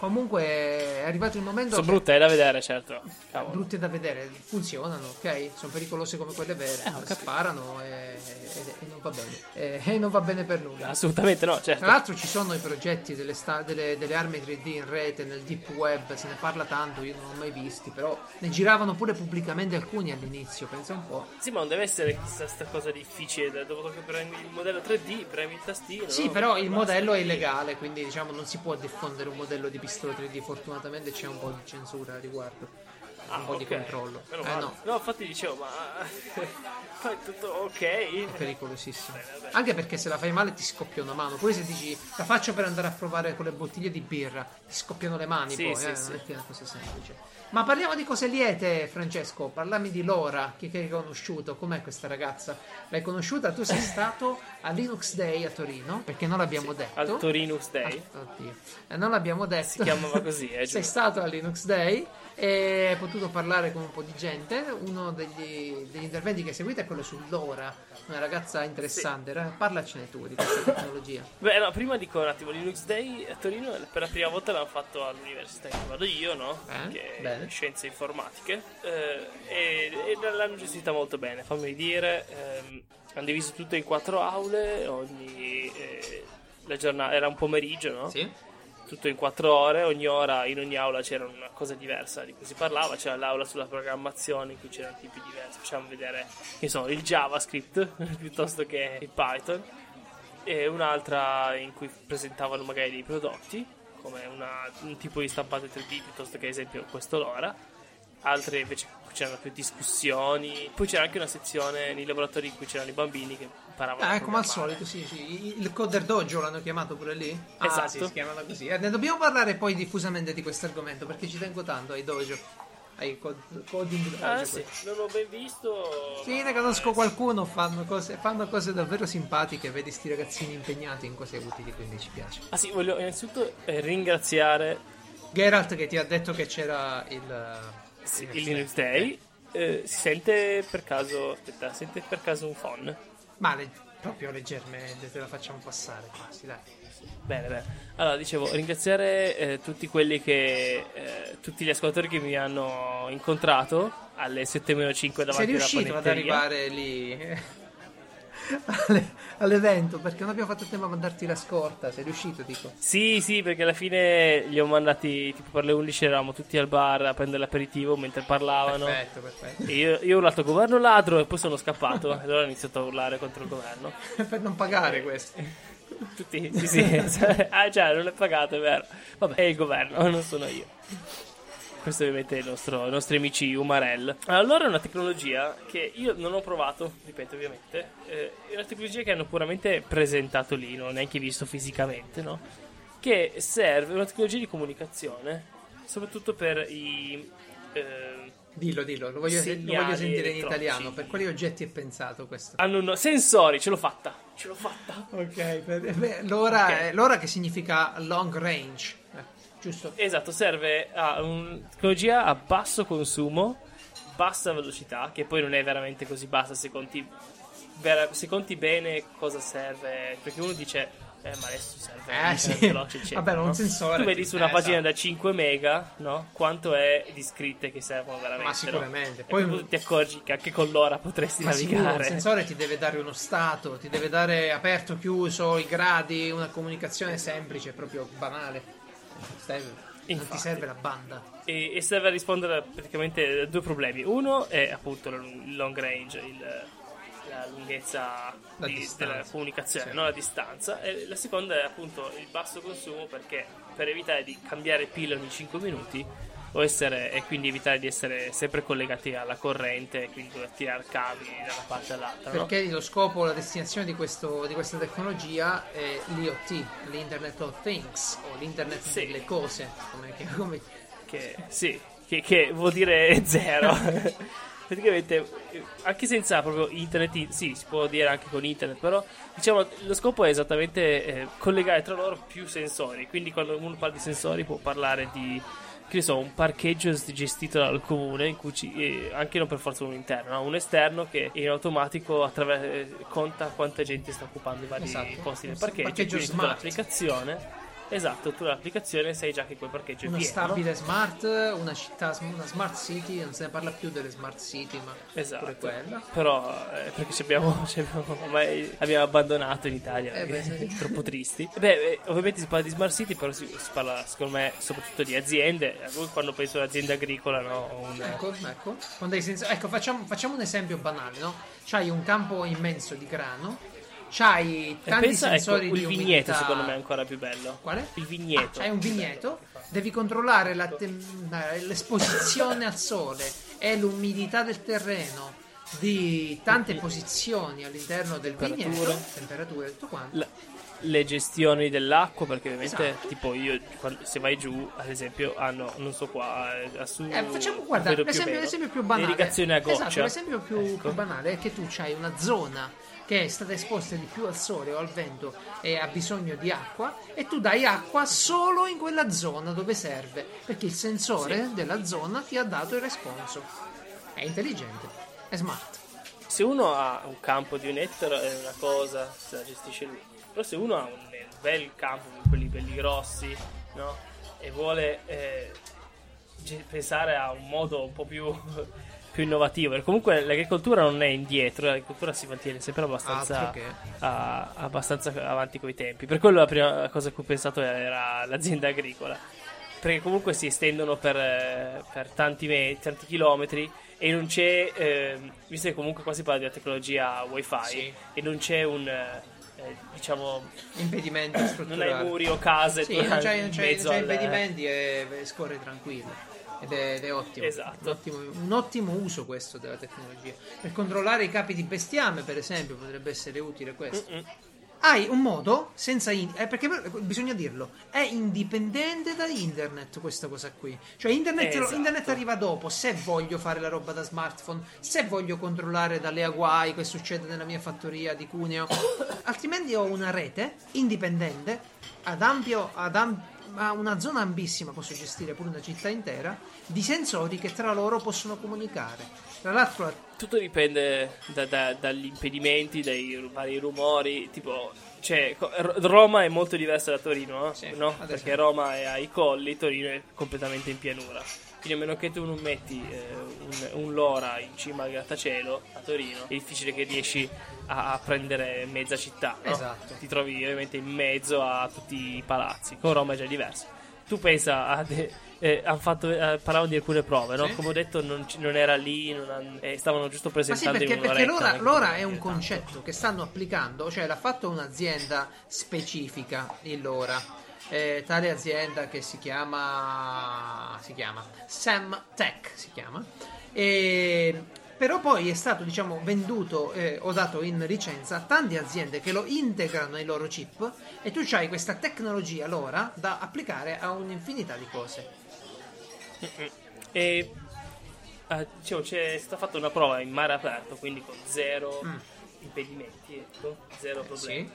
Comunque è arrivato il momento. Sono brutte da vedere, certo. Cavolo. Brutte da vedere, funzionano, ok? Sono pericolose come quelle vere, sparano e non va bene. E non va bene per nulla. Assolutamente no, certo. Tra l'altro ci sono i progetti delle armi 3D in rete, nel deep web, se ne parla tanto, io non l'ho mai visti, però ne giravano pure pubblicamente alcuni all'inizio, pensa un po'. Sì, ma non deve essere chissà sta cosa difficile, dopo che prendi il modello 3D, premi il tastino. Sì, però il modello è illegale, quindi diciamo non si può diffondere un modello di pistola 3D, fortunatamente c'è un po' di censura a riguardo. Un po' di controllo. No, infatti dicevo, ma fai tutto ok. È pericolosissimo. Anche perché se la fai male ti scoppia una mano. Poi se dici la faccio per andare a provare con le bottiglie di birra, ti scoppiano le mani. Sì, poi sì. Non è una cosa semplice. Ma parliamo di cose liete, Francesco. Parlami di Laura, che hai conosciuto. Com'è questa ragazza? L'hai conosciuta? Tu sei stato a Linux Day a Torino, perché non l'abbiamo detto. Al Torinux Day. Oddio. Non l'abbiamo detto. Si chiamava così, Sei stato a Linux Day e hai potuto parlare con un po' di gente. Uno degli interventi che hai seguito è quello su Laura, una ragazza interessante. Parlacene tu di questa tecnologia. Beh, no, prima dico un attimo, Linux Day a Torino per la prima volta l'hanno fatto all'università in cui vado io, no? Che è scienze informatiche, e l'hanno gestita molto bene, fammi dire. Hanno diviso tutto in 4 aule, la giornata era un pomeriggio, no? Sì. Tutto in 4 ore, ogni ora in ogni aula c'era una cosa diversa di cui si parlava. C'era l'aula sulla programmazione in cui c'erano tipi diversi, facciamo vedere il JavaScript piuttosto che il Python, e un'altra in cui presentavano magari dei prodotti come un tipo di stampato 3D piuttosto che ad esempio questo Laura. Altre invece c'erano più discussioni. Poi c'era anche una sezione nei laboratori in cui c'erano i bambini che imparavano come al solito, sì. Il Coder Dojo l'hanno chiamato pure lì? Esatto. Sì, si chiamano così. Ne dobbiamo parlare poi diffusamente di questo argomento, perché ci tengo tanto ai dojo, ai coding dojo. Sì, non l'ho ben visto. Sì, ne conosco qualcuno, fanno cose davvero simpatiche. Vedi sti ragazzini impegnati in cose utili, quindi ci piace. Sì, voglio innanzitutto ringraziare Geralt, che ti ha detto che c'era il Linux Day. Si sente per caso un phon? Ma proprio leggermente, te la facciamo passare quasi, dai. Bene. Allora, dicevo, ringraziare tutti tutti gli ascoltatori che mi hanno incontrato alle 7:05 davanti alla panetteria. Sei riuscito ad arrivare lì all'evento, perché non abbiamo fatto tempo a mandarti la scorta. Sei riuscito, dico? Sì, perché alla fine li ho mandati tipo per le 11, eravamo tutti al bar a prendere l'aperitivo mentre parlavano. Perfetto. E io ho urlato governo ladro e poi sono scappato e allora ho iniziato a urlare contro il governo. Per non pagare questo. Tutti, sì. Già, non è pagato, è vero. Vabbè, è il governo, non sono io. Questo ovviamente è i nostri amici Umarell. Allora è una tecnologia che io non ho provato, ripeto ovviamente, è una tecnologia che hanno puramente presentato lì, non ho neanche visto fisicamente, no? Che serve, è una tecnologia di comunicazione, soprattutto per i... Dillo, lo voglio sentire in italiano. Per quali oggetti è pensato questo? Hanno sensori, ce l'ho fatta. Ok, l'ora che significa long range, giusto? Esatto, serve a una tecnologia a basso consumo, bassa velocità, che poi non è veramente così bassa se conti bene cosa serve, perché uno dice ma adesso serve sì. veloce, eccetera, vabbè, non no? un sensore. Tu vedi su una pagina da 5 mega, no? Quanto è di scritte che servono veramente. Ma sicuramente. No? Poi tu ti accorgi che anche con l'ora potresti navigare. Sicuro, il sensore ti deve dare uno stato, ti deve dare aperto, chiuso, i gradi, una comunicazione semplice, proprio banale. Non ti serve la banda. E serve a rispondere praticamente a 2 problemi. Uno è appunto il long range, la lunghezza della comunicazione, sì. No? La distanza. E la seconda è appunto il basso consumo, perché per evitare di cambiare pila ogni 5 minuti e quindi evitare di essere sempre collegati alla corrente e quindi dover tirare cavi da una parte all'altra. Perché no? lo scopo, la destinazione di questa tecnologia è l'IoT, l'Internet of Things, o l'Internet delle cose, che vuol dire zero. Praticamente anche senza proprio internet, sì, si può dire anche con internet, però diciamo lo scopo è esattamente collegare tra loro più sensori. Quindi quando uno parla di sensori può parlare di, che ne so, un parcheggio gestito dal comune in cui anche non per forza uno interno, no? Un esterno che in automatico conta quanta gente sta occupando i vari posti del parcheggio, quindi tutta l'applicazione Esatto, tu l'applicazione sai già che quel parcheggio è Una pieno. stabile smart, una città, una smart city, non se ne parla più delle smart city, ma Esatto. pure quella. Però perché ormai abbiamo abbandonato in Italia, perché sì. troppo tristi. Ovviamente si parla di smart city, però si parla secondo me soprattutto di aziende. Quando penso all'azienda agricola, no? Ecco. Ecco, facciamo un esempio banale, no? C'hai un campo immenso di grano, c'hai tanti Pensa, sensori ecco, di il umidità. vigneto secondo me è ancora più bello. Quale? Il vigneto. C'hai un vigneto, devi controllare l'esposizione al sole e l'umidità del terreno di tante posizioni all'interno del vigneto, temperature, tutto quanto. Le gestioni dell'acqua, perché ovviamente Esatto. tipo io se vai giù ad esempio hanno, non so qua a sud, facciamo, guarda, l'esempio più banale. L'irrigazione a goccia. Esatto, l'esempio più banale è che tu c'hai una zona che è stata esposta di più al sole o al vento e ha bisogno di acqua, e tu dai acqua solo in quella zona dove serve, perché il sensore della zona ti ha dato il responso. È intelligente, è smart. Se uno ha un campo di un ettaro è una cosa, se la gestisce lui. Però se uno ha un bel campo, quelli belli grossi, no? E vuole pensare a un modo un po' più innovativo, perché comunque l'agricoltura non è indietro, l'agricoltura si mantiene sempre abbastanza avanti coi tempi. Per quello la prima cosa a cui ho pensato era l'azienda agricola, perché comunque si estendono per tanti chilometri e non c'è, visto che comunque qua si parla di una tecnologia wifi, e non c'è un impedimenti strutturali, non hai muri o case, non c'hai impedimenti e scorre tranquillo. Ed è ottimo. Esatto. Un ottimo uso questo della tecnologia. Per controllare i capi di bestiame, per esempio, potrebbe essere utile questo. Hai un modo senza perché bisogna dirlo, è indipendente da internet questa cosa qui. Cioè internet arriva dopo. Se voglio fare la roba da smartphone, se voglio controllare dalle Hawaii che succede nella mia fattoria di Cuneo, altrimenti ho una rete indipendente a una zona ampissima, posso gestire pure una città intera di sensori che tra loro possono comunicare. Tra l'altro tutto dipende dagli impedimenti, dai vari rumori, tipo, cioè, Roma è molto diversa da Torino, no? Perché Roma è ai colli, Torino è completamente in pianura. Quindi a meno che tu non metti un LoRa in cima al grattacielo a Torino, è difficile che riesci a prendere mezza città, no? Esatto. Ti trovi ovviamente in mezzo a tutti i palazzi. Con Roma è già diverso. Tu pensa parlavano di alcune prove, no? Come ho detto non era lì, stavano giusto presentando perché l'ora è un concetto che stanno applicando, cioè l'ha fatto un'azienda specifica, il LoRa, tale azienda che si chiama Semtech, però poi è stato venduto o dato in licenza a tante aziende che lo integrano nei loro chip, e tu c'hai questa tecnologia LoRa da applicare a un'infinità di cose. E c'è stata fatta una prova in mare aperto, quindi con zero impedimenti, zero problemi.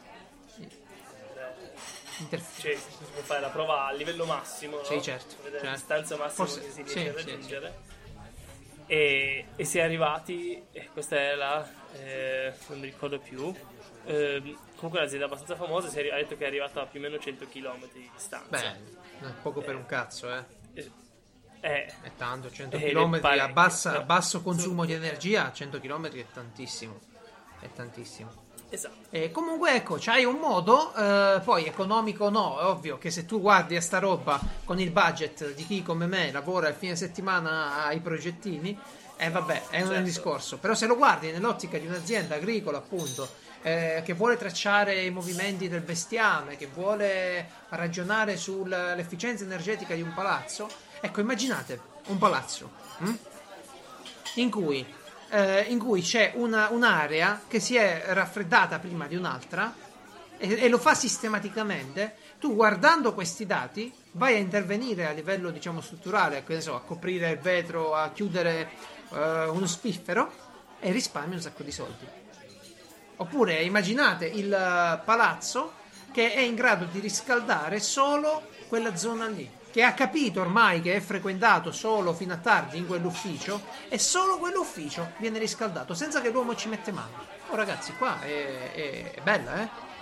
Cioè, si può fare la prova a livello massimo, no? Sì, certo. La distanza massima che si riesce a raggiungere. Sì. E si è arrivati, questa è non mi ricordo più, comunque un'azienda abbastanza famosa, ha detto che è arrivata a più o meno 100 km di distanza. Beh, è poco per un cazzo, è tanto, 100 km a basso consumo di energia, 100 km è tantissimo. Esatto. E comunque ecco, c'hai un modo, poi economico no, è ovvio che se tu guardi a sta roba con il budget di chi come me lavora il fine settimana ai progettini, vabbè, è un discorso. Però se lo guardi nell'ottica di un'azienda agricola, appunto, che vuole tracciare i movimenti del bestiame, che vuole ragionare sull'efficienza energetica di un palazzo, ecco, immaginate un palazzo in cui c'è un'area che si è raffreddata prima di un'altra e lo fa sistematicamente. Tu, guardando questi dati, vai a intervenire a livello, strutturale, che ne so, a coprire il vetro, a chiudere uno spiffero, e risparmi un sacco di soldi. Oppure immaginate il palazzo che è in grado di riscaldare solo quella zona lì, che ha capito ormai che è frequentato solo fino a tardi in quell'ufficio, e solo quell'ufficio viene riscaldato senza che l'uomo ci mette mano. Oh ragazzi, qua è bella,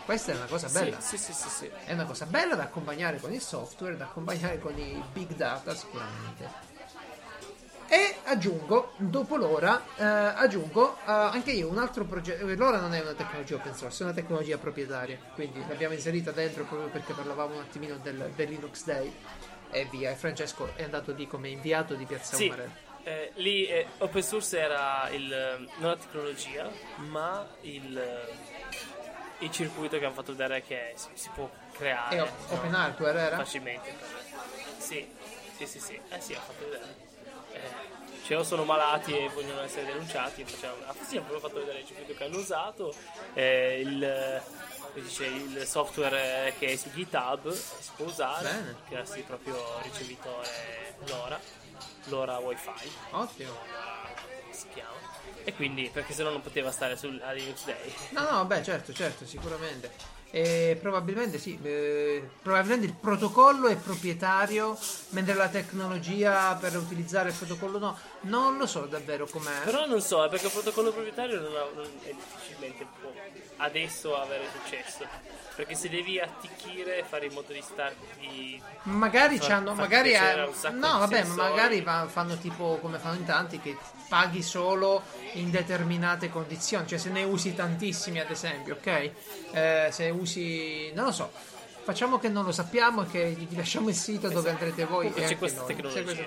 Questa è una cosa bella. Sì. È una cosa bella da accompagnare con il software, da accompagnare con i big data sicuramente. E aggiungo, dopo l'ora, anche io un altro progetto. L'ora non è una tecnologia open source, è una tecnologia proprietaria, quindi l'abbiamo inserita dentro proprio perché parlavamo un attimino del Linux Day e via. E Francesco è andato lì come inviato di Piazza Umarella. Lì open source era non la tecnologia, ma il circuito che hanno fatto vedere che si può creare. E open hardware era? Facilmente. Sì, ha fatto vedere. O sono malati e vogliono essere denunciati. Hanno fatto vedere il circuito che hanno usato, il software che è su GitHub si può usare. Bene. Che era proprio ricevitore LoRa Wi-Fi. Ottimo. Si chiama. E quindi, perché sennò non poteva stare a Linux Day. No, beh, certo, sicuramente. Probabilmente sì, probabilmente il protocollo è proprietario, mentre la tecnologia per utilizzare il protocollo no. Non lo so davvero com'è. Però non so, perché il protocollo proprietario è difficilmente può adesso avere successo. Perché se devi atticchire e fare in modo di magari sensori. magari fanno tipo come fanno in tanti, che paghi solo in determinate condizioni, cioè se ne usi tantissimi ad esempio, ok? Se usi, non lo so, facciamo che non lo sappiamo e che gli lasciamo il sito dove andrete voi. C'è questa tecnologia.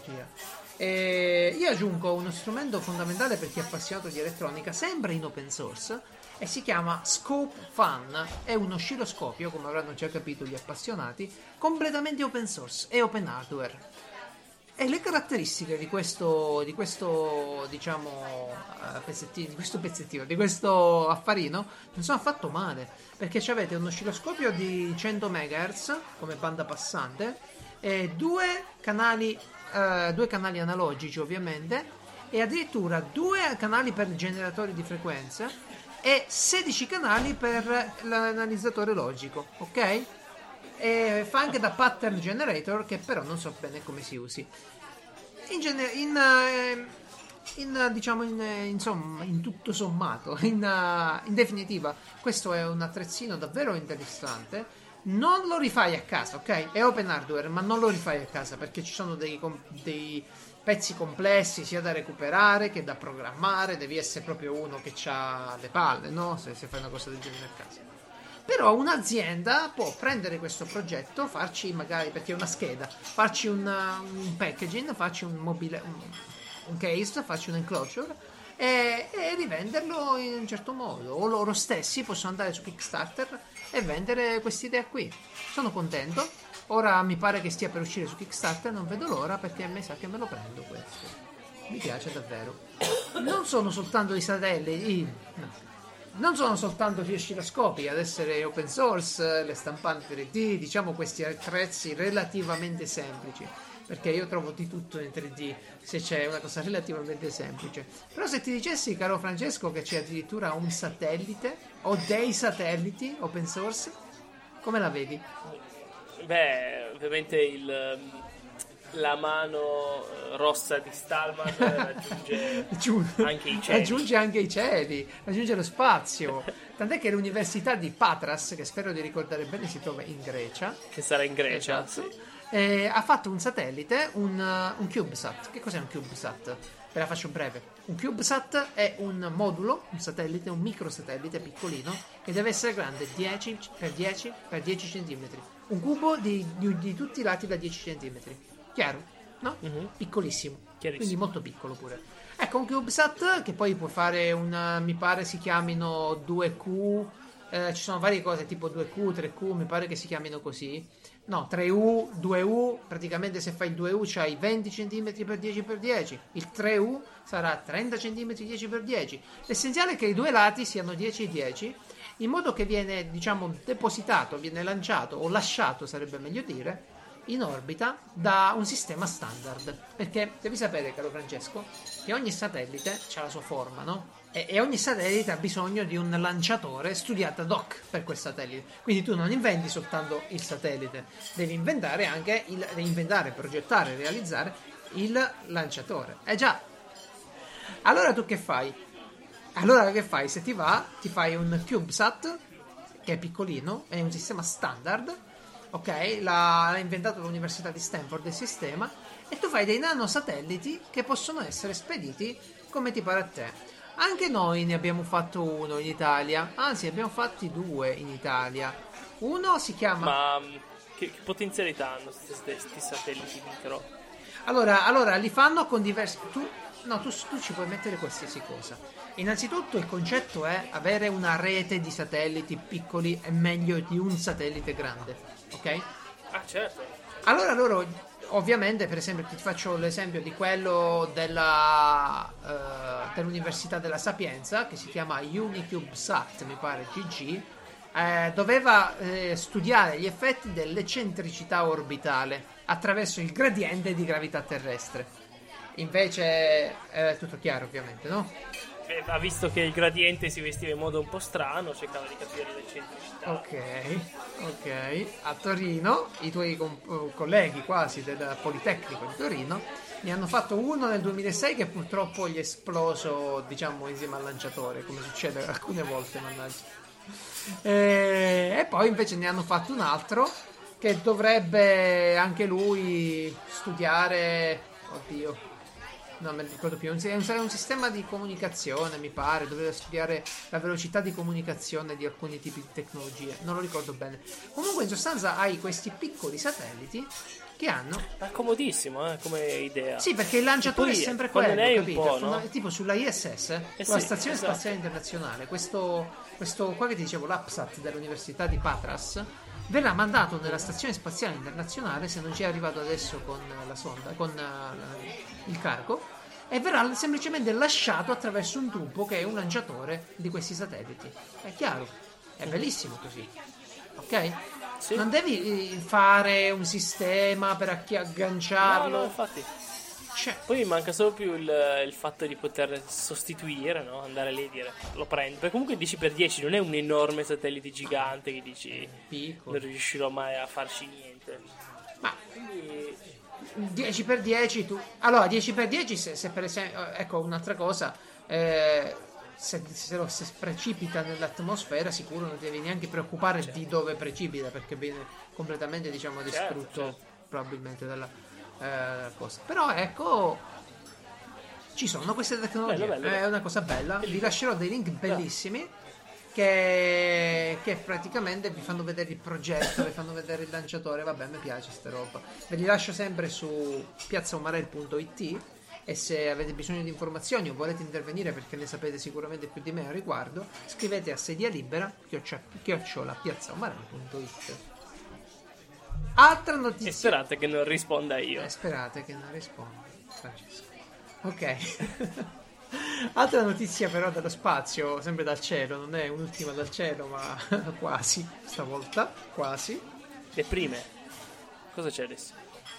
Io aggiungo uno strumento fondamentale per chi è appassionato di elettronica, sempre in open source, e si chiama Scope Fun. È un oscilloscopio, come avranno già capito gli appassionati, completamente open source e open hardware. E le caratteristiche di questo diciamo pezzettino, di questo affarino non sono affatto male, perché avete un oscilloscopio di 100 MHz come banda passante e due canali analogici ovviamente, e addirittura 2 canali per generatori di frequenze e 16 canali per l'analizzatore logico, ok? E fa anche da pattern generator, che però non so bene come si usi. In tutto sommato, in definitiva, questo è un attrezzino davvero interessante. Non lo rifai a casa, ok? È open hardware, ma non lo rifai a casa perché ci sono dei pezzi complessi sia da recuperare che da programmare. Devi essere proprio uno che ha le palle, no? Se fai una cosa del genere a casa. Però un'azienda può prendere questo progetto, farci magari, perché è una scheda, farci un packaging, farci un case, farci un enclosure e rivenderlo in un certo modo. O loro stessi possono andare su Kickstarter e vendere quest'idea qui. Sono contento. Ora mi pare che stia per uscire su Kickstarter, non vedo l'ora perché mi sa che me lo prendo questo. Mi piace davvero. Non sono soltanto i satelliti, non sono soltanto gli oscilloscopi ad essere open source, le stampanti 3D, diciamo questi attrezzi relativamente semplici, perché io trovo di tutto in 3D se c'è una cosa relativamente semplice. Però se ti dicessi, caro Francesco, che c'è addirittura un satellite o dei satelliti open source, come la vedi? Beh, ovviamente la mano rossa di Stallman raggiunge anche i cieli. Raggiunge anche i cieli, raggiunge lo spazio. Tant'è che l'università di Patras, che spero di ricordare bene, si trova in Grecia. Che sarà in Grecia, esatto. Sì. Ha fatto un satellite, un CubeSat. Che cos'è un CubeSat? Ve la faccio breve. Un CubeSat è un modulo, un satellite, un microsatellite piccolino, che deve essere grande 10 x 10 x 10 cm. Un cubo di tutti i lati da 10 cm. Chiaro? No? Mm-hmm. Piccolissimo. Quindi molto piccolo pure. Ecco, un CubeSat che poi può fare mi pare si chiamino 2Q, ci sono varie cose tipo 2Q, 3Q, mi pare che si chiamino così. No, 3U, 2U, praticamente se fai il 2U c'hai 20 cm x 10 x 10. Il 3U sarà 30 cm 10 x 10. L'essenziale è che i due lati siano 10 e 10, in modo che viene, diciamo, depositato, viene lanciato o lasciato, sarebbe meglio dire, in orbita da un sistema standard. Perché devi sapere, caro Francesco, che ogni satellite ha la sua forma, no? E ogni satellite ha bisogno di un lanciatore studiato ad hoc per quel satellite. Quindi tu non inventi soltanto il satellite, devi inventare anche progettare, realizzare il lanciatore. Già. Allora tu che fai? Se ti va, ti fai un CubeSat che è piccolino, è un sistema standard, ok? L'ha inventato l'Università di Stanford il sistema, e tu fai dei nanosatelliti che possono essere spediti come ti pare a te. Anche noi ne abbiamo fatto uno in Italia, anzi abbiamo fatti 2 in Italia. Uno si chiama... Ma che potenzialità hanno questi satelliti micro? Allora, li fanno con diversi... Tu ci puoi mettere qualsiasi cosa. Innanzitutto il concetto è avere una rete di satelliti piccoli è meglio di un satellite grande, ok? Ah, certo. Allora loro, ovviamente, per esempio, ti faccio l'esempio di quello dell'Università della Sapienza, che si chiama UniCubeSat, mi pare, GG, doveva studiare gli effetti dell'eccentricità orbitale attraverso il gradiente di gravità terrestre. Invece è tutto chiaro, ovviamente, no? Ha visto che il gradiente si vestiva in modo un po' strano, cercava di capire l'eccentricità. Ok. A Torino, i tuoi colleghi quasi del Politecnico di Torino ne hanno fatto uno nel 2006 che purtroppo gli è esploso, diciamo, insieme al lanciatore, come succede alcune volte, mannaggia. E poi invece ne hanno fatto un altro che dovrebbe anche lui studiare, oddio, non me ne ricordo più, è un sistema di comunicazione, mi pare, doveva studiare la velocità di comunicazione di alcuni tipi di tecnologie, non lo ricordo bene. Comunque in sostanza hai questi piccoli satelliti che hanno... Ma come idea. Sì, perché il lanciatore è sempre quello, capito? No? Tipo sulla ISS, la Stazione Spaziale Internazionale, questo qua che ti dicevo, l'APSAT dell'Università di Patras, verrà mandato nella Stazione Spaziale Internazionale, se non ci è arrivato adesso con la sonda, con il cargo, e verrà semplicemente lasciato attraverso un tubo che è un lanciatore di questi satelliti. È chiaro? È bellissimo così. Ok? Sì. Non devi fare un sistema per agganciarlo. No, infatti. Poi mi manca solo più il fatto di poter sostituire, no? Andare lì e dire lo prendo. Perché comunque 10x10 non è un enorme satellite gigante che dici piccolo, non riuscirò mai a farci niente. Ma quindi 10x10 tu... Allora 10x10 se per esempio, ecco un'altra cosa, se precipita nell'atmosfera sicuro non devi neanche preoccupare di dove precipita, perché viene completamente, diciamo, distrutto probabilmente dalla cosa. Però ecco, ci sono queste tecnologie, bello. È una cosa bella. Vi lascerò dei link bellissimi che praticamente vi fanno vedere il progetto, vi fanno vedere il lanciatore. Vabbè, mi piace sta roba. Ve li lascio sempre su piazzaumarel.it, e se avete bisogno di informazioni o volete intervenire perché ne sapete sicuramente più di me al riguardo, scrivete a sedia libera @piazzaumarel.it. Altra notizia. E sperate che non risponda io. Sperate che non risponda Francesco. Ok. Altra notizia però dallo spazio, sempre dal cielo, non è un'ultima dal cielo, ma quasi, stavolta, quasi. Le prime. Cosa c'è adesso?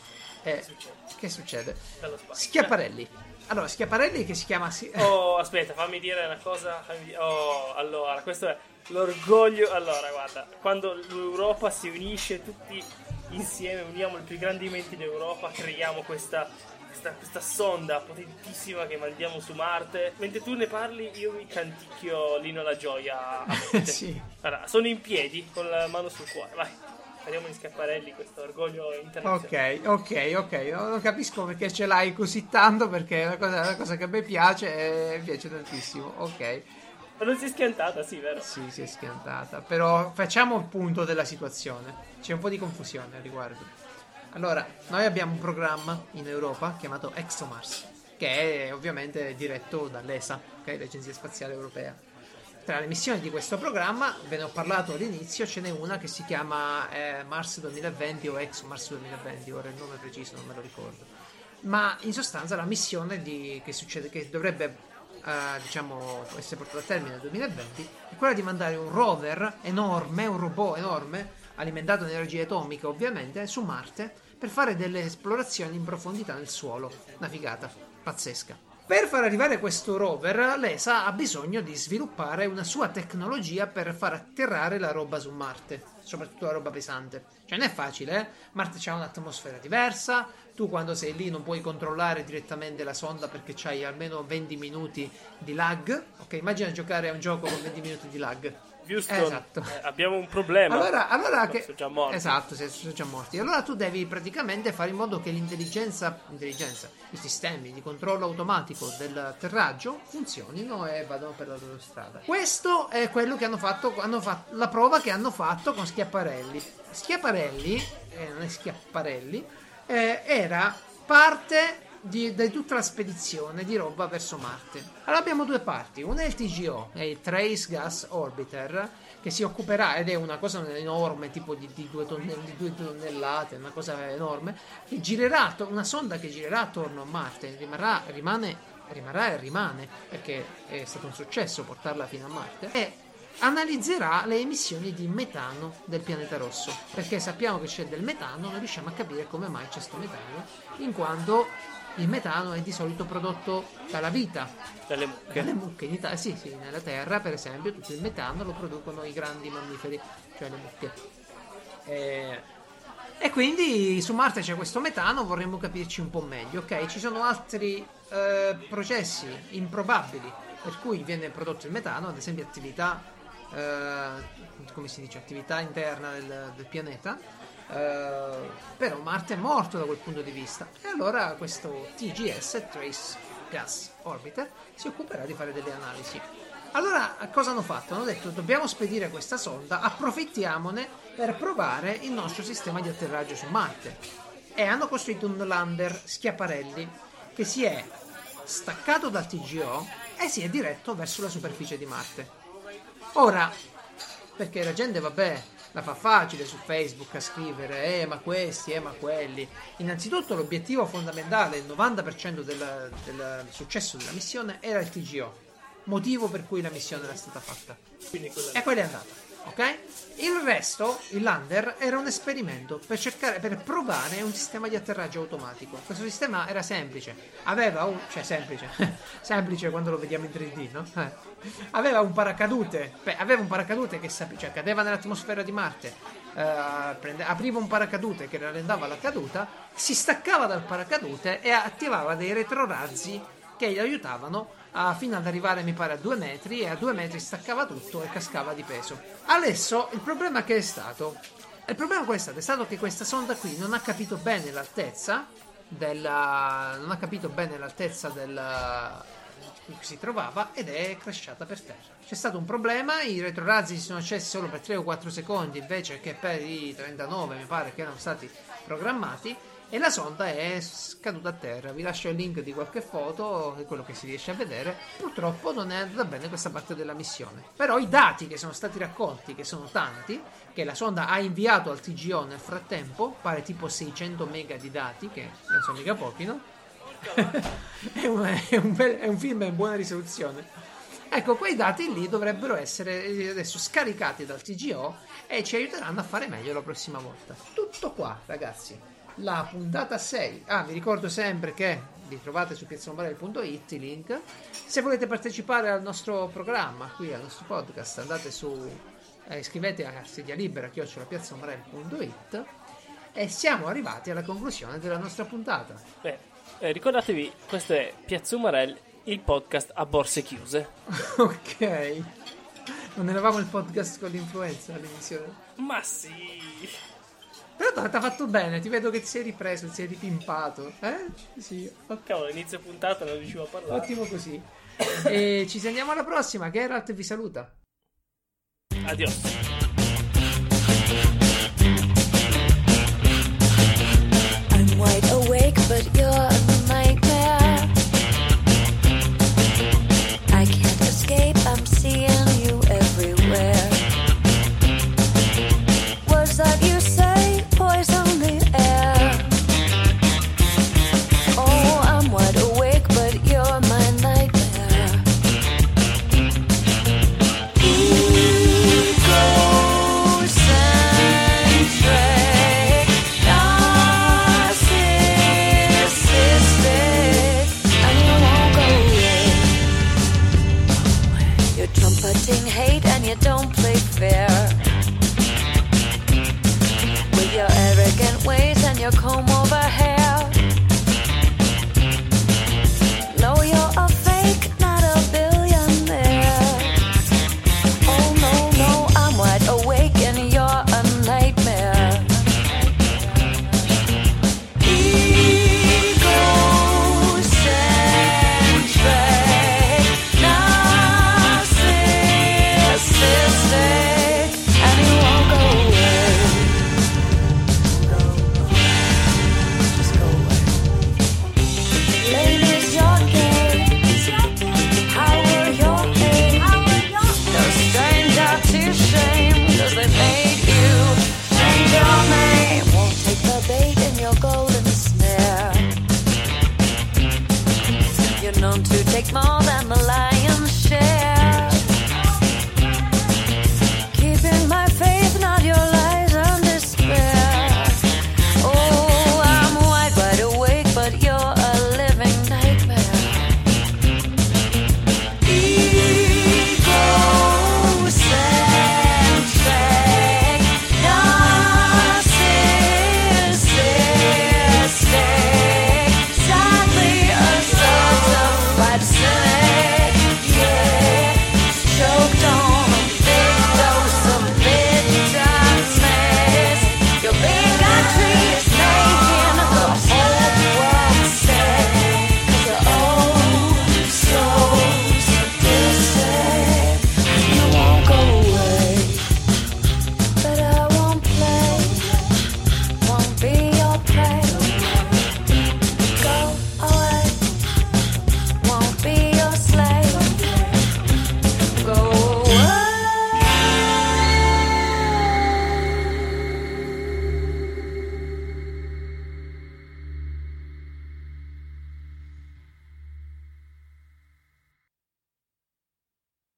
Che succede? Schiaparelli. Allora, Schiaparelli che si chiama... Oh, aspetta, fammi dire una cosa. Allora, questo è l'orgoglio. Allora, guarda, quando l'Europa si unisce tutti insieme, uniamo le più grandi menti d'Europa, creiamo questa sonda potentissima che mandiamo su Marte. Mentre tu ne parli, io mi canticchio l'inno alla gioia. Sì. Allora, sono in piedi con la mano sul cuore. Vai, parliamo di Schiaparelli, questo orgoglio internazionale. Ok. Non capisco perché ce l'hai così tanto, perché è una cosa che a me piace e mi piace tantissimo. Ok. Ma non si è schiantata, sì, vero? Sì, si è schiantata. Però facciamo il punto della situazione. C'è un po' di confusione al riguardo. Allora, noi abbiamo un programma in Europa chiamato ExoMars, che è ovviamente diretto dall'ESA, okay? L'Agenzia Spaziale Europea. Tra le missioni di questo programma, ve ne ho parlato all'inizio, ce n'è una che si chiama Mars 2020 o ExoMars 2020, ora il nome preciso non me lo ricordo. Ma in sostanza la missione che dovrebbe diciamo essere portata a termine nel 2020 è quella di mandare un rover enorme, un robot enorme, alimentato da energia atomica ovviamente, su Marte per fare delle esplorazioni in profondità nel suolo. Una figata pazzesca. Per far arrivare questo rover, l'ESA ha bisogno di sviluppare una sua tecnologia per far atterrare la roba su Marte. soprattutto la roba pesante. Cioè non è facile, Marte c'ha un'atmosfera diversa, tu quando sei lì non puoi controllare direttamente la sonda perché c'hai almeno 20 minuti di lag. Ok, immagina giocare a un gioco con 20 minuti di lag. Houston, esatto. Abbiamo un problema. Allora che sono già morti. Esatto, sono già morti. Allora tu devi praticamente fare in modo che l'intelligenza, i sistemi di controllo automatico del atterraggio funzionino e vadano per la loro strada. Questo è quello che hanno fatto la prova che hanno fatto con Schiaparelli. Schiaparelli, non è Schiaparelli, era parte di tutta la spedizione di roba verso Marte. Allora abbiamo due parti, una è il TGO, è il Trace Gas Orbiter, che si occuperà, ed è una cosa enorme, tipo di 2 tonnellate, una cosa enorme, che girerà, una sonda che girerà attorno a Marte, rimane, perché è stato un successo portarla fino a Marte, e analizzerà le emissioni di metano del pianeta rosso, perché sappiamo che c'è del metano, non riusciamo a capire come mai c'è questo metano, in quanto il metano è di solito prodotto dalla vita, dalle mucche in Italia, sì, nella Terra per esempio tutto il metano lo producono i grandi mammiferi, cioè le mucche, e quindi su Marte c'è questo metano, vorremmo capirci un po' meglio. Ok, ci sono altri processi improbabili per cui viene prodotto il metano, ad esempio attività attività interna del pianeta. Però Marte è morto da quel punto di vista, e allora questo TGS, Trace Gas Orbiter, si occuperà di fare delle analisi. Allora cosa hanno fatto? Hanno detto: dobbiamo spedire questa sonda, approfittiamone per provare il nostro sistema di atterraggio su Marte, e hanno costruito un lander Schiaparelli che si è staccato dal TGO e si è diretto verso la superficie di Marte. Ora, perché la gente la fa facile su Facebook a scrivere ma questi, ma quelli. Innanzitutto l'obiettivo fondamentale, il 90% del successo della missione era il TGO, motivo per cui la missione era stata fatta, e quella è andata, ok? Il resto, il lander, era un esperimento per provare un sistema di atterraggio automatico. Questo sistema era semplice, semplice quando lo vediamo in 3D, no? Aveva un paracadute che cadeva nell'atmosfera di Marte, apriva un paracadute che rallentava la caduta, si staccava dal paracadute e attivava dei retrorazzi che gli aiutavano fino ad arrivare mi pare a 2 metri, e a 2 metri staccava tutto e cascava di peso. Adesso il problema qual è stato? È stato che questa sonda qui non ha capito bene l'altezza in cui si trovava, ed è crashata per terra. C'è stato un problema, i retrorazzi si sono accesi solo per 3 o 4 secondi invece che per i 39 mi pare che erano stati programmati, e la sonda è caduta a terra. Vi lascio il link di qualche foto, è quello che si riesce a vedere. Purtroppo non è andata bene questa parte della missione, però i dati che sono stati raccolti, che sono tanti, che la sonda ha inviato al TGO nel frattempo, pare tipo 600 mega di dati, che non sono mica pochi, no? è un film in buona risoluzione. Ecco, quei dati lì dovrebbero essere adesso scaricati dal TGO e ci aiuteranno a fare meglio la prossima volta. Tutto qua, ragazzi. La puntata 6. Vi ricordo sempre che li trovate su piazzamorelli.it i link. Se volete partecipare al nostro programma, qui al nostro podcast, andate su iscrivetevi a Sedia Libera @piazzamorelli.it, e siamo arrivati alla conclusione della nostra puntata. Ricordatevi, questo è Piazza Umarell, il podcast a borse chiuse. Ok, non eravamo il podcast con l'influenza all'inizio? Ma sì, però ti ha fatto bene, ti vedo che ti sei ripreso, ti sei ripimpato. Sì. Cavolo, inizio puntata non riuscivo a parlare. Ottimo così. E ci sentiamo alla prossima. Geralt vi saluta. Adios.